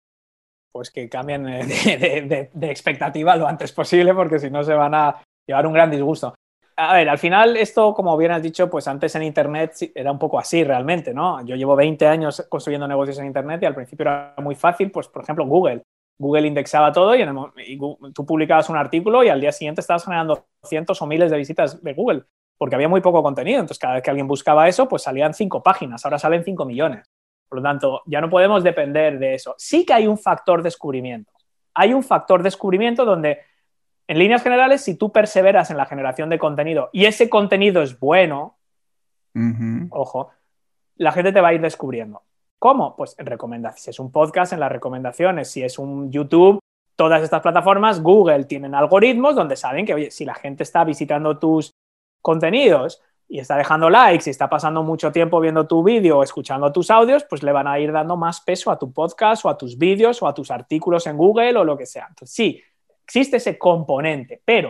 Pues que cambien de, de, de, de expectativa lo antes posible, porque si no se van a llevar un gran disgusto. A ver, al final esto, como bien has dicho, pues antes en Internet era un poco así realmente, ¿no? Yo llevo veinte años construyendo negocios en Internet y al principio era muy fácil, pues por ejemplo Google. Google indexaba todo y, en el, y Google, tú publicabas un artículo y al día siguiente estabas generando cientos o miles de visitas de Google, porque había muy poco contenido. Entonces cada vez que alguien buscaba eso, pues salían cinco páginas, ahora salen cinco millones. Por lo tanto, ya no podemos depender de eso. Sí que hay un factor descubrimiento. Hay un factor descubrimiento donde, en líneas generales, si tú perseveras en la generación de contenido y ese contenido es bueno, uh-huh. ojo, la gente te va a ir descubriendo. ¿Cómo? Pues en recomendaciones. Si es un podcast, en las recomendaciones. Si es un YouTube, todas estas plataformas, Google, tienen algoritmos donde saben que, oye, si la gente está visitando tus contenidos y está dejando likes y está pasando mucho tiempo viendo tu vídeo o escuchando tus audios, pues le van a ir dando más peso a tu podcast o a tus vídeos o a tus artículos en Google o lo que sea. Entonces, sí, existe ese componente, pero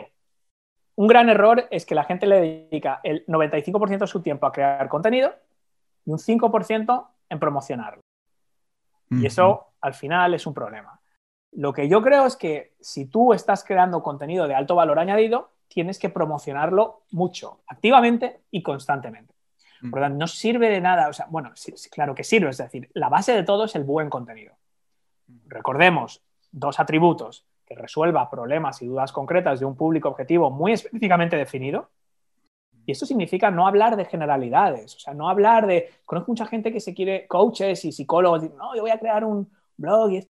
un gran error es que la gente le dedica el noventa y cinco por ciento de su tiempo a crear contenido y un cinco por ciento en promocionarlo. Uh-huh. Y eso, al final, es un problema. Lo que yo creo es que si tú estás creando contenido de alto valor añadido, tienes que promocionarlo mucho, activamente y constantemente. Uh-huh. Por lo tanto, no sirve de nada, o sea, bueno, sí, sí, claro que sirve, es decir, la base de todo es el buen contenido. Uh-huh. Recordemos, dos atributos: que resuelva problemas y dudas concretas de un público objetivo muy específicamente definido. Y esto significa no hablar de generalidades, o sea, no hablar de... Conozco mucha gente que se quiere, coaches y psicólogos, dicen, no, yo voy a crear un blog y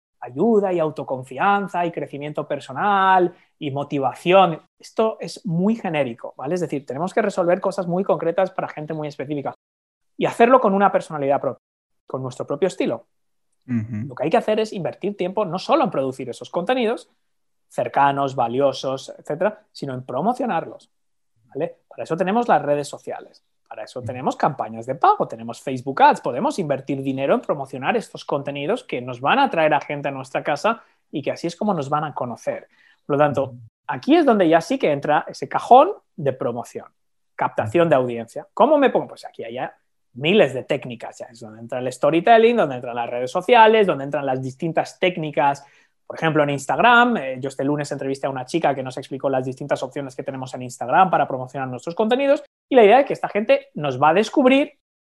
ayuda y autoconfianza y crecimiento personal y motivación. Esto es muy genérico, ¿vale? Es decir, tenemos que resolver cosas muy concretas para gente muy específica y hacerlo con una personalidad propia, con nuestro propio estilo. Uh-huh. Lo que hay que hacer es invertir tiempo no solo en producir esos contenidos cercanos, valiosos, etcétera, sino en promocionarlos. ¿Vale? Para eso tenemos las redes sociales, para eso tenemos campañas de pago, tenemos Facebook Ads, podemos invertir dinero en promocionar estos contenidos que nos van a traer a gente a nuestra casa y que así es como nos van a conocer. Por lo tanto, aquí es donde ya sí que entra ese cajón de promoción, captación de audiencia. ¿Cómo me pongo? Pues aquí hay miles de técnicas, ya es donde entra el storytelling, donde entran las redes sociales, donde entran las distintas técnicas. Por ejemplo, en Instagram, eh, yo este lunes entrevisté a una chica que nos explicó las distintas opciones que tenemos en Instagram para promocionar nuestros contenidos y la idea es que esta gente nos va a descubrir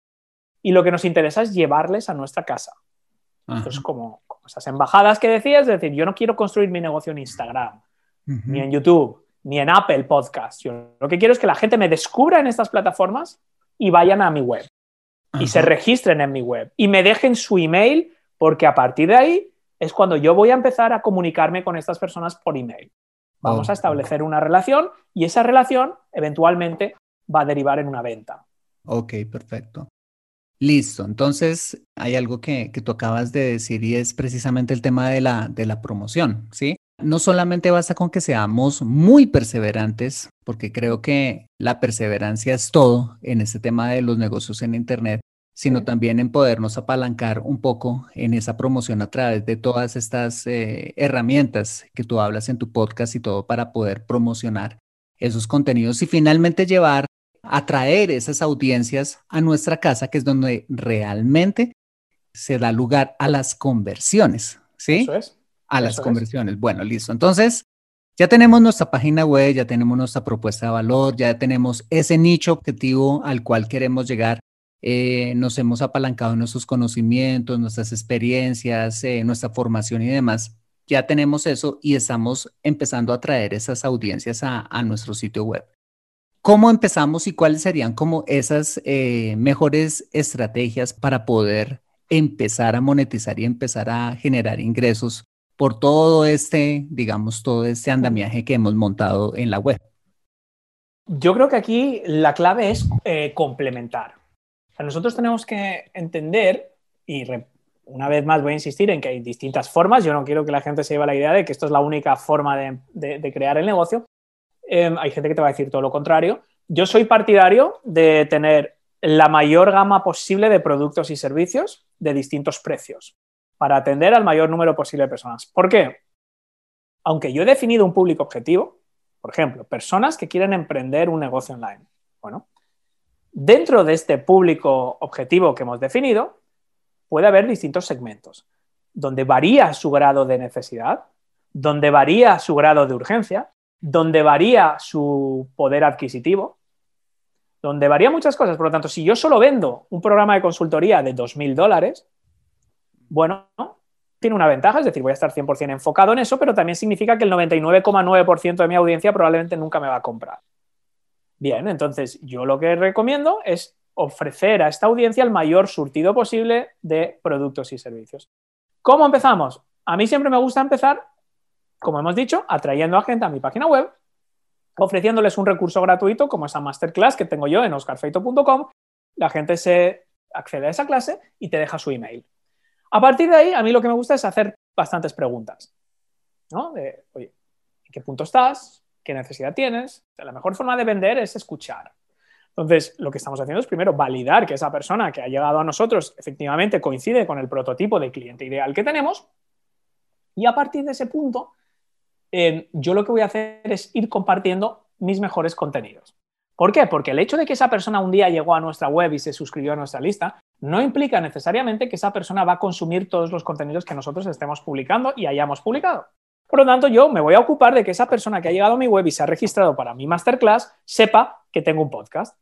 y lo que nos interesa es llevarles a nuestra casa. Ajá. Esto es como, como esas embajadas que decías, es decir, yo no quiero construir mi negocio en Instagram, uh-huh. ni en YouTube, ni en Apple Podcast. Yo lo que quiero es que la gente me descubra en estas plataformas y vayan a mi web. Ajá. Y se registren en mi web y me dejen su email porque a partir de ahí es cuando yo voy a empezar a comunicarme con estas personas por email. Vamos
Oh.
a establecer una relación y esa relación eventualmente va a derivar en una venta.
Ok, perfecto. Listo. Entonces, hay algo que, que tú acabas de decir y es precisamente el tema de la, de la promoción, ¿sí? No solamente basta con que seamos muy perseverantes, porque creo que la perseverancia es todo en este tema de los negocios en Internet, sino
Sí.
también en podernos apalancar un poco en esa promoción a través de todas estas eh, herramientas que tú hablas en tu podcast y todo para poder promocionar esos contenidos y finalmente llevar, atraer esas audiencias a nuestra casa, que es donde realmente se da lugar a las conversiones, ¿sí?
Eso es.
A las
Eso es.
conversiones. Bueno, listo. Entonces, ya tenemos nuestra página web, ya tenemos nuestra propuesta de valor, ya tenemos ese nicho objetivo al cual queremos llegar. Eh, nos hemos apalancado en nuestros conocimientos, nuestras experiencias, eh, nuestra formación y demás. Ya tenemos eso y estamos empezando a traer esas audiencias a, a nuestro sitio web. ¿Cómo empezamos y cuáles serían como esas eh, mejores estrategias para poder empezar a monetizar y empezar a generar ingresos por todo este, digamos, todo este andamiaje que hemos montado en la web?
Yo creo que aquí la clave es eh, complementar. O sea, nosotros tenemos que entender, y re, una vez más voy a insistir en que hay distintas formas, yo no quiero que la gente se lleve la idea de que esto es la única forma de, de, de crear el negocio. Eh, hay gente que te va a decir todo lo contrario. Yo soy partidario de tener la mayor gama posible de productos y servicios de distintos precios para atender al mayor número posible de personas. ¿Por qué? Aunque yo he definido un público objetivo, por ejemplo, personas que quieren emprender un negocio online. Bueno, dentro de este público objetivo que hemos definido, puede haber distintos segmentos, donde varía su grado de necesidad, donde varía su grado de urgencia, donde varía su poder adquisitivo, donde varía muchas cosas. Por lo tanto, si yo solo vendo un programa de consultoría de dos mil dólares, bueno, tiene una ventaja, es decir, voy a estar cien por ciento enfocado en eso, pero también significa que el noventa y nueve coma nueve por ciento de mi audiencia probablemente nunca me va a comprar. Bien, entonces yo lo que recomiendo es ofrecer a esta audiencia el mayor surtido posible de productos y servicios. ¿Cómo empezamos? A mí siempre me gusta empezar, como hemos dicho, atrayendo a gente a mi página web, ofreciéndoles un recurso gratuito como esa masterclass que tengo yo en oscar feito punto com. La gente se accede a esa clase y te deja su email. A partir de ahí, a mí lo que me gusta es hacer bastantes preguntas, ¿no? De, oye, ¿en qué punto estás? ¿Qué necesidad tienes? La mejor forma de vender es escuchar. Entonces, lo que estamos haciendo es primero validar que esa persona que ha llegado a nosotros efectivamente coincide con el prototipo de cliente ideal que tenemos, y a partir de ese punto, eh, yo lo que voy a hacer es ir compartiendo mis mejores contenidos. ¿Por qué? Porque el hecho de que esa persona un día llegó a nuestra web y se suscribió a nuestra lista no implica necesariamente que esa persona va a consumir todos los contenidos que nosotros estemos publicando y hayamos publicado. Por lo tanto, yo me voy a ocupar de que esa persona que ha llegado a mi web y se ha registrado para mi masterclass sepa que tengo un podcast,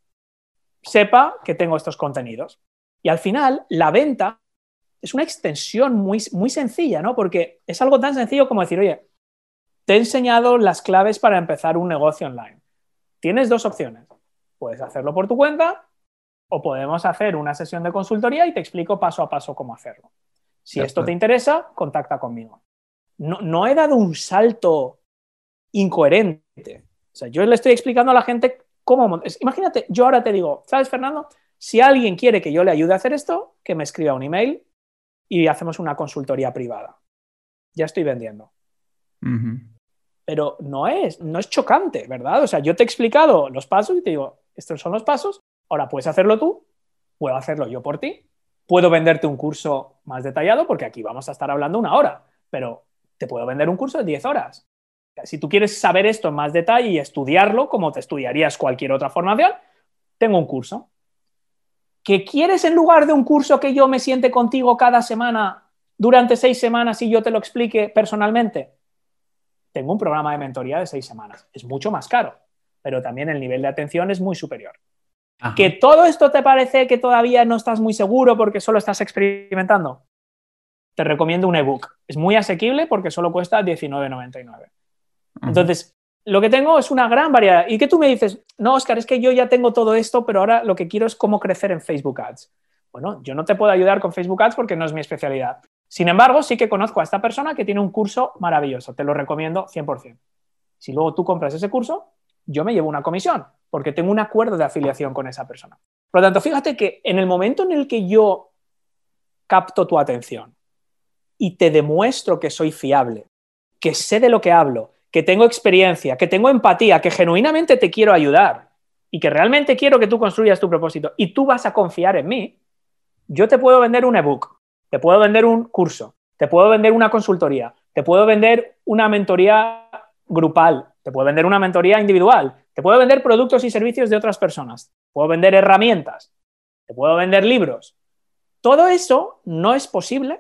sepa que tengo estos contenidos. Y al final, la venta es una extensión muy, muy sencilla, ¿no? Porque es algo tan sencillo como decir, oye, te he enseñado las claves para empezar un negocio online. Tienes dos opciones. Puedes hacerlo por tu cuenta o podemos hacer una sesión de consultoría y te explico paso a paso cómo hacerlo. Si esto te interesa, contacta conmigo. No, no he dado un salto incoherente. O sea, yo le estoy explicando a la gente cómo... Imagínate, yo ahora te digo, ¿sabes, Fernando? Si alguien quiere que yo le ayude a hacer esto, que me escriba un email y hacemos una consultoría privada. Ya estoy vendiendo.
Uh-huh.
Pero no es, no es chocante, ¿verdad? O sea, yo te he explicado los pasos y te digo, estos son los pasos, ahora puedes hacerlo tú, puedo hacerlo yo por ti, puedo venderte un curso más detallado, porque aquí vamos a estar hablando una hora, pero te puedo vender un curso de diez horas. Si tú quieres saber esto en más detalle y estudiarlo, como te estudiarías cualquier otra formación, tengo un curso. ¿Que quieres en lugar de un curso que yo me siente contigo cada semana durante seis semanas y yo te lo explique personalmente? Tengo un programa de mentoría de seis semanas. Es mucho más caro, pero también el nivel de atención es muy superior. Ajá. ¿Que todo esto te parece que todavía no estás muy seguro porque solo estás experimentando? Te recomiendo un ebook. Es muy asequible porque solo cuesta diecinueve noventa y nueve. Ajá. Entonces, lo que tengo es una gran variedad. ¿Y que tú me dices? No, Oscar, es que yo ya tengo todo esto, pero ahora lo que quiero es cómo crecer en Facebook Ads. Bueno, yo no te puedo ayudar con Facebook Ads porque no es mi especialidad. Sin embargo, sí que conozco a esta persona que tiene un curso maravilloso, te lo recomiendo cien por ciento. Si luego tú compras ese curso, yo me llevo una comisión, porque tengo un acuerdo de afiliación con esa persona. Por lo tanto, fíjate que en el momento en el que yo capto tu atención y te demuestro que soy fiable, que sé de lo que hablo, que tengo experiencia, que tengo empatía, que genuinamente te quiero ayudar y que realmente quiero que tú construyas tu propósito y tú vas a confiar en mí, yo te puedo vender un ebook, te puedo vender un curso, te puedo vender una consultoría, te puedo vender una mentoría grupal, te puedo vender una mentoría individual, te puedo vender productos y servicios de otras personas, te puedo vender herramientas, te puedo vender libros. Todo eso no es posible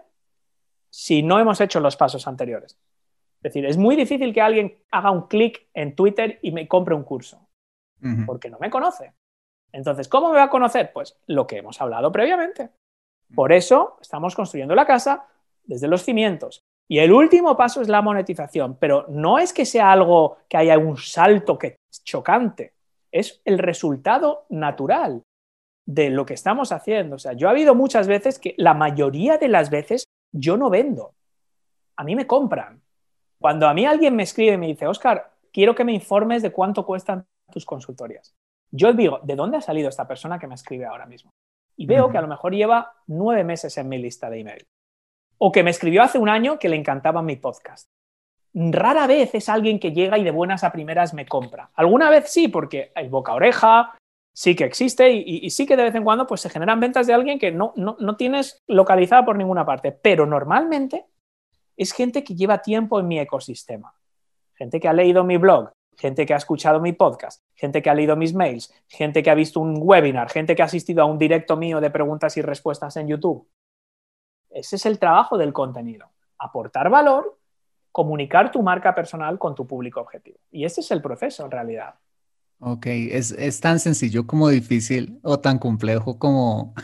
si no hemos hecho los pasos anteriores. Es decir, es muy difícil que alguien haga un clic en Twitter y me compre un curso, uh-huh. porque no me conoce. Entonces, ¿cómo me va a conocer? Pues lo que hemos hablado previamente. Por eso estamos construyendo la casa desde los cimientos. Y el último paso es la monetización, pero no es que sea algo que haya un salto que es chocante, es el resultado natural de lo que estamos haciendo. O sea, yo he habido muchas veces que la mayoría de las veces yo no vendo, a mí me compran. Cuando a mí alguien me escribe y me dice, Óscar, quiero que me informes de cuánto cuestan tus consultorías. Yo digo, ¿de dónde ha salido esta persona que me escribe ahora mismo? Y veo uh-huh. que a lo mejor lleva nueve meses en mi lista de email. O que me escribió hace un año que le encantaba mi podcast. Rara vez es alguien que llega y de buenas a primeras me compra. Alguna vez sí, porque el boca a oreja sí que existe y, y, y sí que de vez en cuando pues, se generan ventas de alguien que no, no, no tienes localizada por ninguna parte. Pero normalmente es gente que lleva tiempo en mi ecosistema. Gente que ha leído mi blog, gente que ha escuchado mi podcast, gente que ha leído mis mails, gente que ha visto un webinar, gente que ha asistido a un directo mío de preguntas y respuestas en YouTube. Ese es el trabajo del contenido. Aportar valor, comunicar tu marca personal con tu público objetivo. Y ese es el proceso en realidad.
Ok, es, es tan sencillo como difícil o tan complejo como...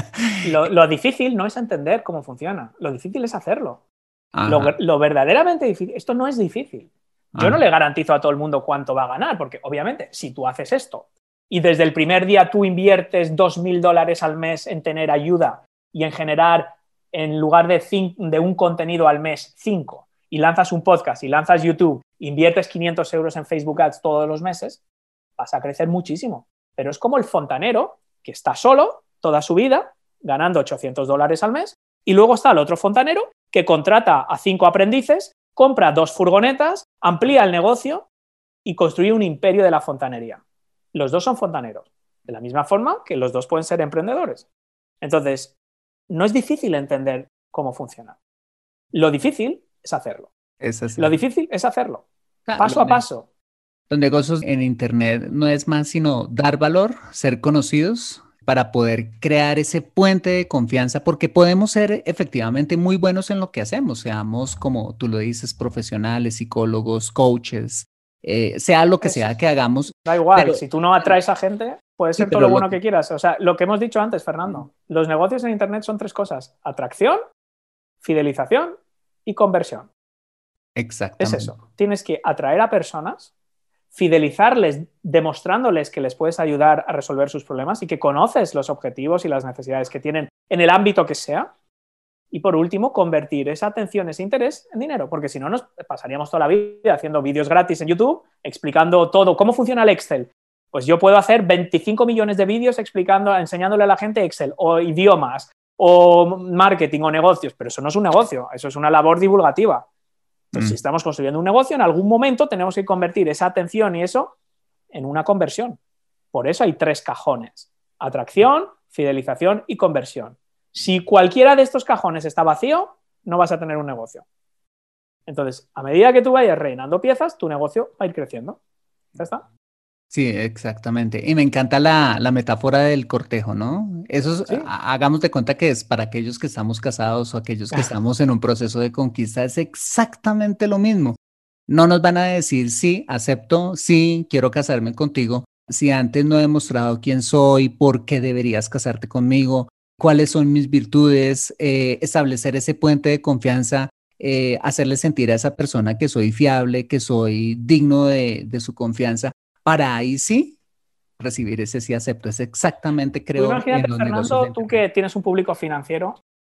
lo, lo difícil no es entender cómo funciona, lo difícil es hacerlo. Lo, lo verdaderamente difícil, esto no es difícil. Yo Ajá. no le garantizo a todo el mundo cuánto va a ganar, porque obviamente si tú haces esto y desde el primer día tú inviertes dos mil dólares al mes en tener ayuda y en generar, en lugar de, cinco, de un contenido al mes, cinco, y lanzas un podcast y lanzas YouTube, inviertes quinientos euros en Facebook Ads todos los meses, vas a crecer muchísimo. Pero es como el fontanero que está solo toda su vida, ganando ochocientos dólares al mes, y luego está el otro fontanero que contrata a cinco aprendices, compra dos furgonetas, amplía el negocio y construye un imperio de la fontanería. Los dos son fontaneros, de la misma forma que los dos pueden ser emprendedores. Entonces, no es difícil entender cómo funciona. Lo difícil es hacerlo.
Es así.
Lo difícil es hacerlo,
claro,
paso a paso.
Los negocios en Internet no es más sino dar valor, ser conocidos, para poder crear ese puente de confianza, porque podemos ser efectivamente muy buenos en lo que hacemos, seamos, como tú lo dices, profesionales, psicólogos, coaches, eh, sea lo que
Eso.
sea que hagamos.
Da igual,
pero,
si tú no atraes a gente, puede ser sí, todo lo bueno lo... que quieras. O sea, lo que hemos dicho antes, Fernando, los negocios en Internet son tres cosas: atracción, fidelización y conversión.
Exactamente.
Es eso, tienes que atraer a personas, fidelizarles demostrándoles que les puedes ayudar a resolver sus problemas y que conoces los objetivos y las necesidades que tienen en el ámbito que sea. Y por último, convertir esa atención, ese interés en dinero, porque si no nos pasaríamos toda la vida haciendo vídeos gratis en YouTube explicando todo, cómo funciona el Excel. Pues yo puedo hacer veinticinco millones de vídeos explicando, enseñándole a la gente Excel o idiomas o marketing o negocios, pero eso no es un negocio, eso es una labor divulgativa. Entonces, mm. si estamos construyendo un negocio, en algún momento tenemos que convertir esa atención y eso en una conversión. Por eso hay tres cajones: atracción, fidelización y conversión. Si cualquiera de estos cajones está vacío, no vas a tener un negocio. Entonces, a medida que tú vayas rellenando piezas, tu negocio va a ir creciendo. ¿Ya está?
Sí, exactamente. Y me encanta la, la metáfora del cortejo, ¿no? Eso es, ¿sí? Hagamos de cuenta que es para aquellos que estamos casados o aquellos que estamos en un proceso de conquista, es exactamente lo mismo. No nos van a decir, sí, acepto, sí, quiero casarme contigo, si antes no he demostrado quién soy, por qué deberías casarte conmigo, cuáles son mis virtudes, eh, establecer ese puente de confianza, eh, hacerle sentir a esa persona que soy fiable, que soy digno de, de su confianza, para ahí sí recibir ese sí acepto. Es exactamente, creo,
tú imagínate,
en los
Fernando,
negocios de
tú
Internet.
que tienes un público financiero,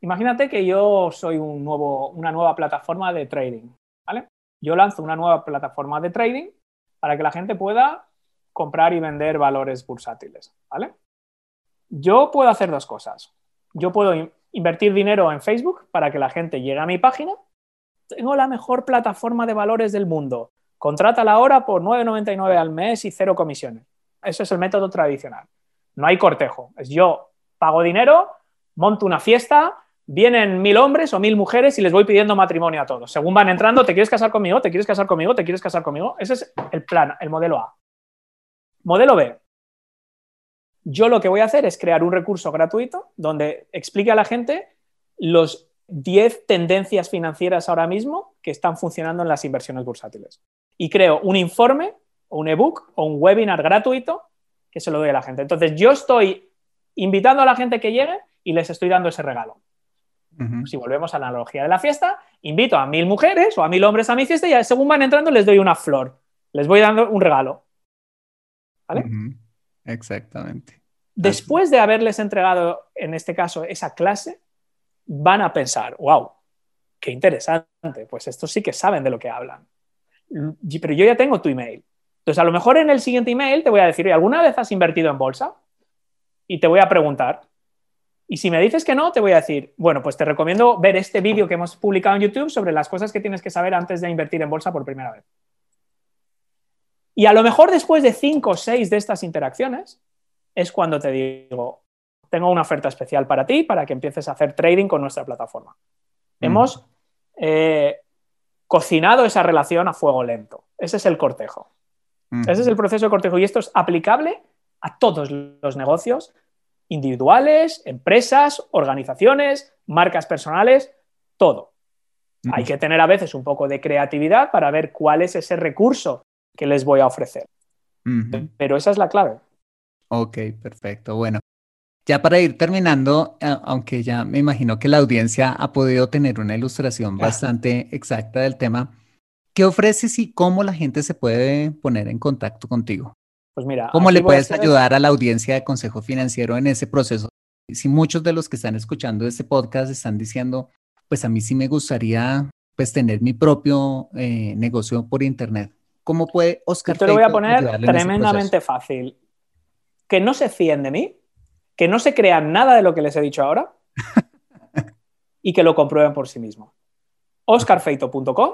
imagínate que yo soy un nuevo, una nueva plataforma de trading, ¿vale? Yo lanzo una nueva plataforma de trading para que la gente pueda comprar y vender valores bursátiles, ¿vale? Yo puedo hacer dos cosas. Yo puedo in- invertir dinero en Facebook para que la gente llegue a mi página. Tengo la mejor plataforma de valores del mundo. Contrátala ahora por nueve noventa y nueve al mes y cero comisiones. Ese es el método tradicional. No hay cortejo. Es yo pago dinero, monto una fiesta, vienen mil hombres o mil mujeres y les voy pidiendo matrimonio a todos. Según van entrando, ¿te quieres casar conmigo? ¿Te quieres casar conmigo? ¿Te quieres casar conmigo? Ese es el plan, el modelo A. Modelo B. Yo lo que voy a hacer es crear un recurso gratuito donde explique a la gente los diez tendencias financieras ahora mismo que están funcionando en las inversiones bursátiles. Y creo un informe, o un ebook, o un webinar gratuito que se lo doy a la gente. Entonces, yo estoy invitando a la gente que llegue y les estoy dando ese regalo. Uh-huh. Si volvemos a la analogía de la fiesta, invito a mil mujeres o a mil hombres a mi fiesta y según van entrando les doy una flor. Les voy dando un regalo. ¿Vale?
Uh-huh. Exactamente.
Después de haberles entregado, en este caso, esa clase, van a pensar, wow, qué interesante, pues estos sí que saben de lo que hablan. Pero yo ya tengo tu email. Entonces, a lo mejor en el siguiente email te voy a decir, oye, ¿alguna vez has invertido en bolsa? Y te voy a preguntar. Y si me dices que no, te voy a decir, bueno, pues te recomiendo ver este vídeo que hemos publicado en YouTube sobre las cosas que tienes que saber antes de invertir en bolsa por primera vez. Y a lo mejor después de cinco o seis de estas interacciones es cuando te digo, tengo una oferta especial para ti para que empieces a hacer trading con nuestra plataforma. Mm. Hemos eh, cocinado esa relación a fuego lento. Ese es el cortejo. Mm. Ese es el proceso de cortejo y esto es aplicable a todos los negocios individuales, empresas, organizaciones, marcas personales, todo. Mm. Hay que tener a veces un poco de creatividad para ver cuál es ese recurso que les voy a ofrecer. Mm-hmm. Pero esa es la clave.
Ok, perfecto. Bueno, ya para ir terminando, aunque ya me imagino que la audiencia ha podido tener una ilustración bastante exacta del tema, ¿qué ofreces y cómo la gente se puede poner en contacto contigo?
Pues mira,
¿cómo le puedes ayudar a la audiencia de Consejo Financiero en ese proceso? Si muchos de los que están escuchando este podcast están diciendo, pues a mí sí me gustaría pues tener mi propio eh, negocio por internet. ¿Cómo puede Oscar
Yo te lo voy a poner tremendamente fácil. Que no se fíen de mí, que no se crean nada de lo que les he dicho ahora y que lo comprueben por sí mismos. oscar feito punto com,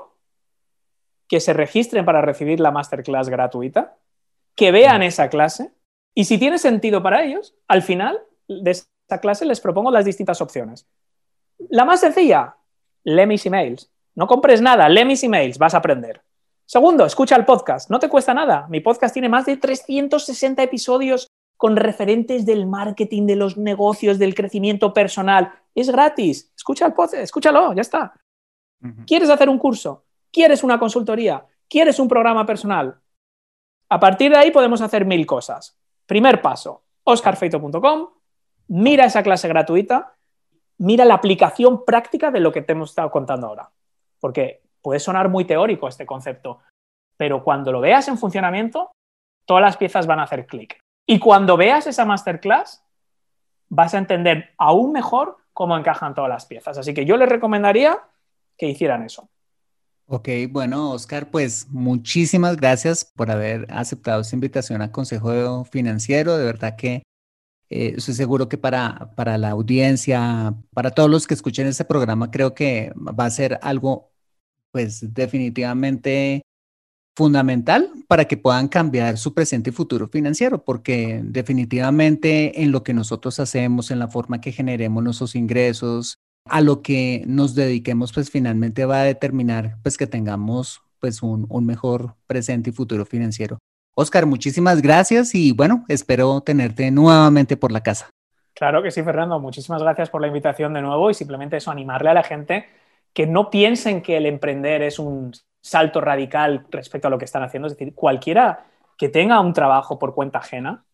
que se registren para recibir la masterclass gratuita, que vean esa clase y si tiene sentido para ellos, al final de esa clase les propongo las distintas opciones. La más sencilla, lee mis emails. No compres nada, lee mis emails, vas a aprender. Segundo, escucha el podcast, no te cuesta nada. Mi podcast tiene más de trescientos sesenta episodios con referentes del marketing, de los negocios, del crecimiento personal. Es gratis. Escucha el podcast, escúchalo, ya está. Uh-huh. ¿Quieres hacer un curso? ¿Quieres una consultoría? ¿Quieres un programa personal? A partir de ahí podemos hacer mil cosas. Primer paso, oscar feito punto com, mira esa clase gratuita, mira la aplicación práctica de lo que te hemos estado contando ahora. Porque puede sonar muy teórico este concepto, pero cuando lo veas en funcionamiento, todas las piezas van a hacer clic. Y cuando veas esa masterclass, vas a entender aún mejor cómo encajan todas las piezas. Así que yo les recomendaría que hicieran eso.
Ok, bueno, Oscar, pues muchísimas gracias por haber aceptado esta invitación a Consejo Financiero. De verdad que eh, estoy seguro que para, para la audiencia, para todos los que escuchen este programa, creo que va a ser algo, pues definitivamente fundamental para que puedan cambiar su presente y futuro financiero, porque definitivamente en lo que nosotros hacemos, en la forma que generemos nuestros ingresos, a lo que nos dediquemos, pues finalmente va a determinar pues que tengamos pues un, un mejor presente y futuro financiero. Oscar, muchísimas gracias y bueno, espero tenerte nuevamente por la casa.
Claro que sí, Fernando, muchísimas gracias por la invitación de nuevo y simplemente eso, animarle a la gente que no piensen que el emprender es un salto radical respecto a lo que están haciendo. Es decir, cualquiera que tenga un trabajo por cuenta ajena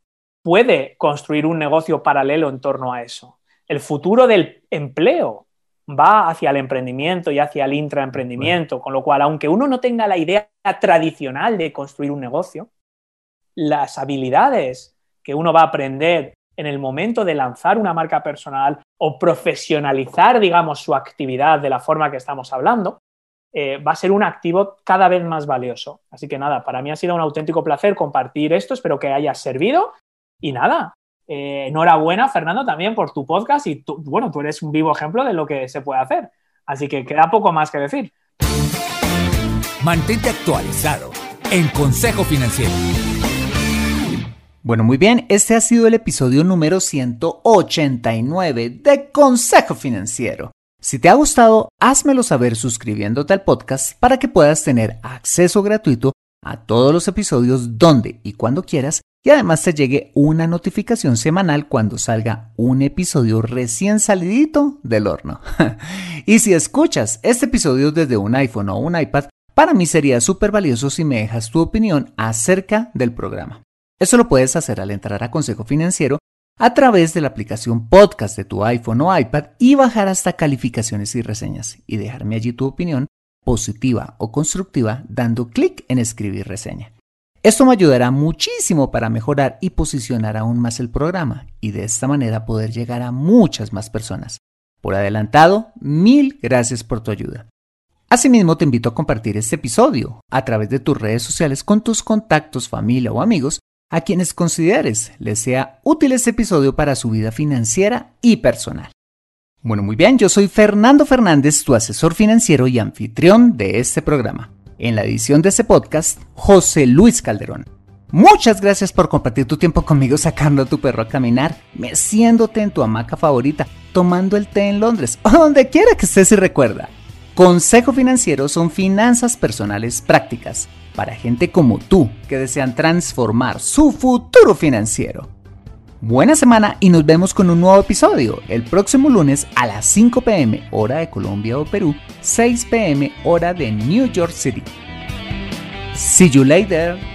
puede construir un negocio paralelo en torno a eso. El futuro del empleo va hacia el emprendimiento y hacia el intraemprendimiento, bueno. Con lo cual, aunque uno no tenga la idea tradicional de construir un negocio, las habilidades que uno va a aprender en el momento de lanzar una marca personal o profesionalizar, digamos, su actividad de la forma que estamos hablando, eh, va a ser un activo cada vez más valioso. Así que nada, para mí ha sido un auténtico placer compartir esto, espero que haya servido y nada, eh, enhorabuena, Fernando, también por tu podcast y tú, bueno, tú eres un vivo ejemplo de lo que se puede hacer. Así que queda poco más que decir.
Mantente actualizado en Consejo Financiero.
Bueno, muy bien, este ha sido el episodio número ciento ochenta y nueve de Consejo Financiero. Si te ha gustado, házmelo saber suscribiéndote al podcast para que puedas tener acceso gratuito a todos los episodios donde y cuando quieras y además te llegue una notificación semanal cuando salga un episodio recién salidito del horno. Y si escuchas este episodio desde un iPhone o un iPad, para mí sería súper valioso si me dejas tu opinión acerca del programa. Eso lo puedes hacer al entrar a Consejo Financiero a través de la aplicación podcast de tu iPhone o iPad y bajar hasta calificaciones y reseñas y dejarme allí tu opinión positiva o constructiva dando clic en escribir reseña. Esto me ayudará muchísimo para mejorar y posicionar aún más el programa y de esta manera poder llegar a muchas más personas. Por adelantado, mil gracias por tu ayuda. Asimismo, te invito a compartir este episodio a través de tus redes sociales con tus contactos, familia o amigos a quienes consideres les sea útil este episodio para su vida financiera y personal. Bueno, muy bien, yo soy Fernando Fernández, tu asesor financiero y anfitrión de este programa. En la edición de este podcast, José Luis Calderón. Muchas gracias por compartir tu tiempo conmigo sacando a tu perro a caminar, meciéndote en tu hamaca favorita, tomando el té en Londres o donde quiera que estés y recuerda. Consejo Financiero son finanzas personales prácticas para gente como tú que desean transformar su futuro financiero. Buena semana y nos vemos con un nuevo episodio el próximo lunes a las cinco pe eme hora de Colombia o Perú, seis pe eme hora de New York City. See you later.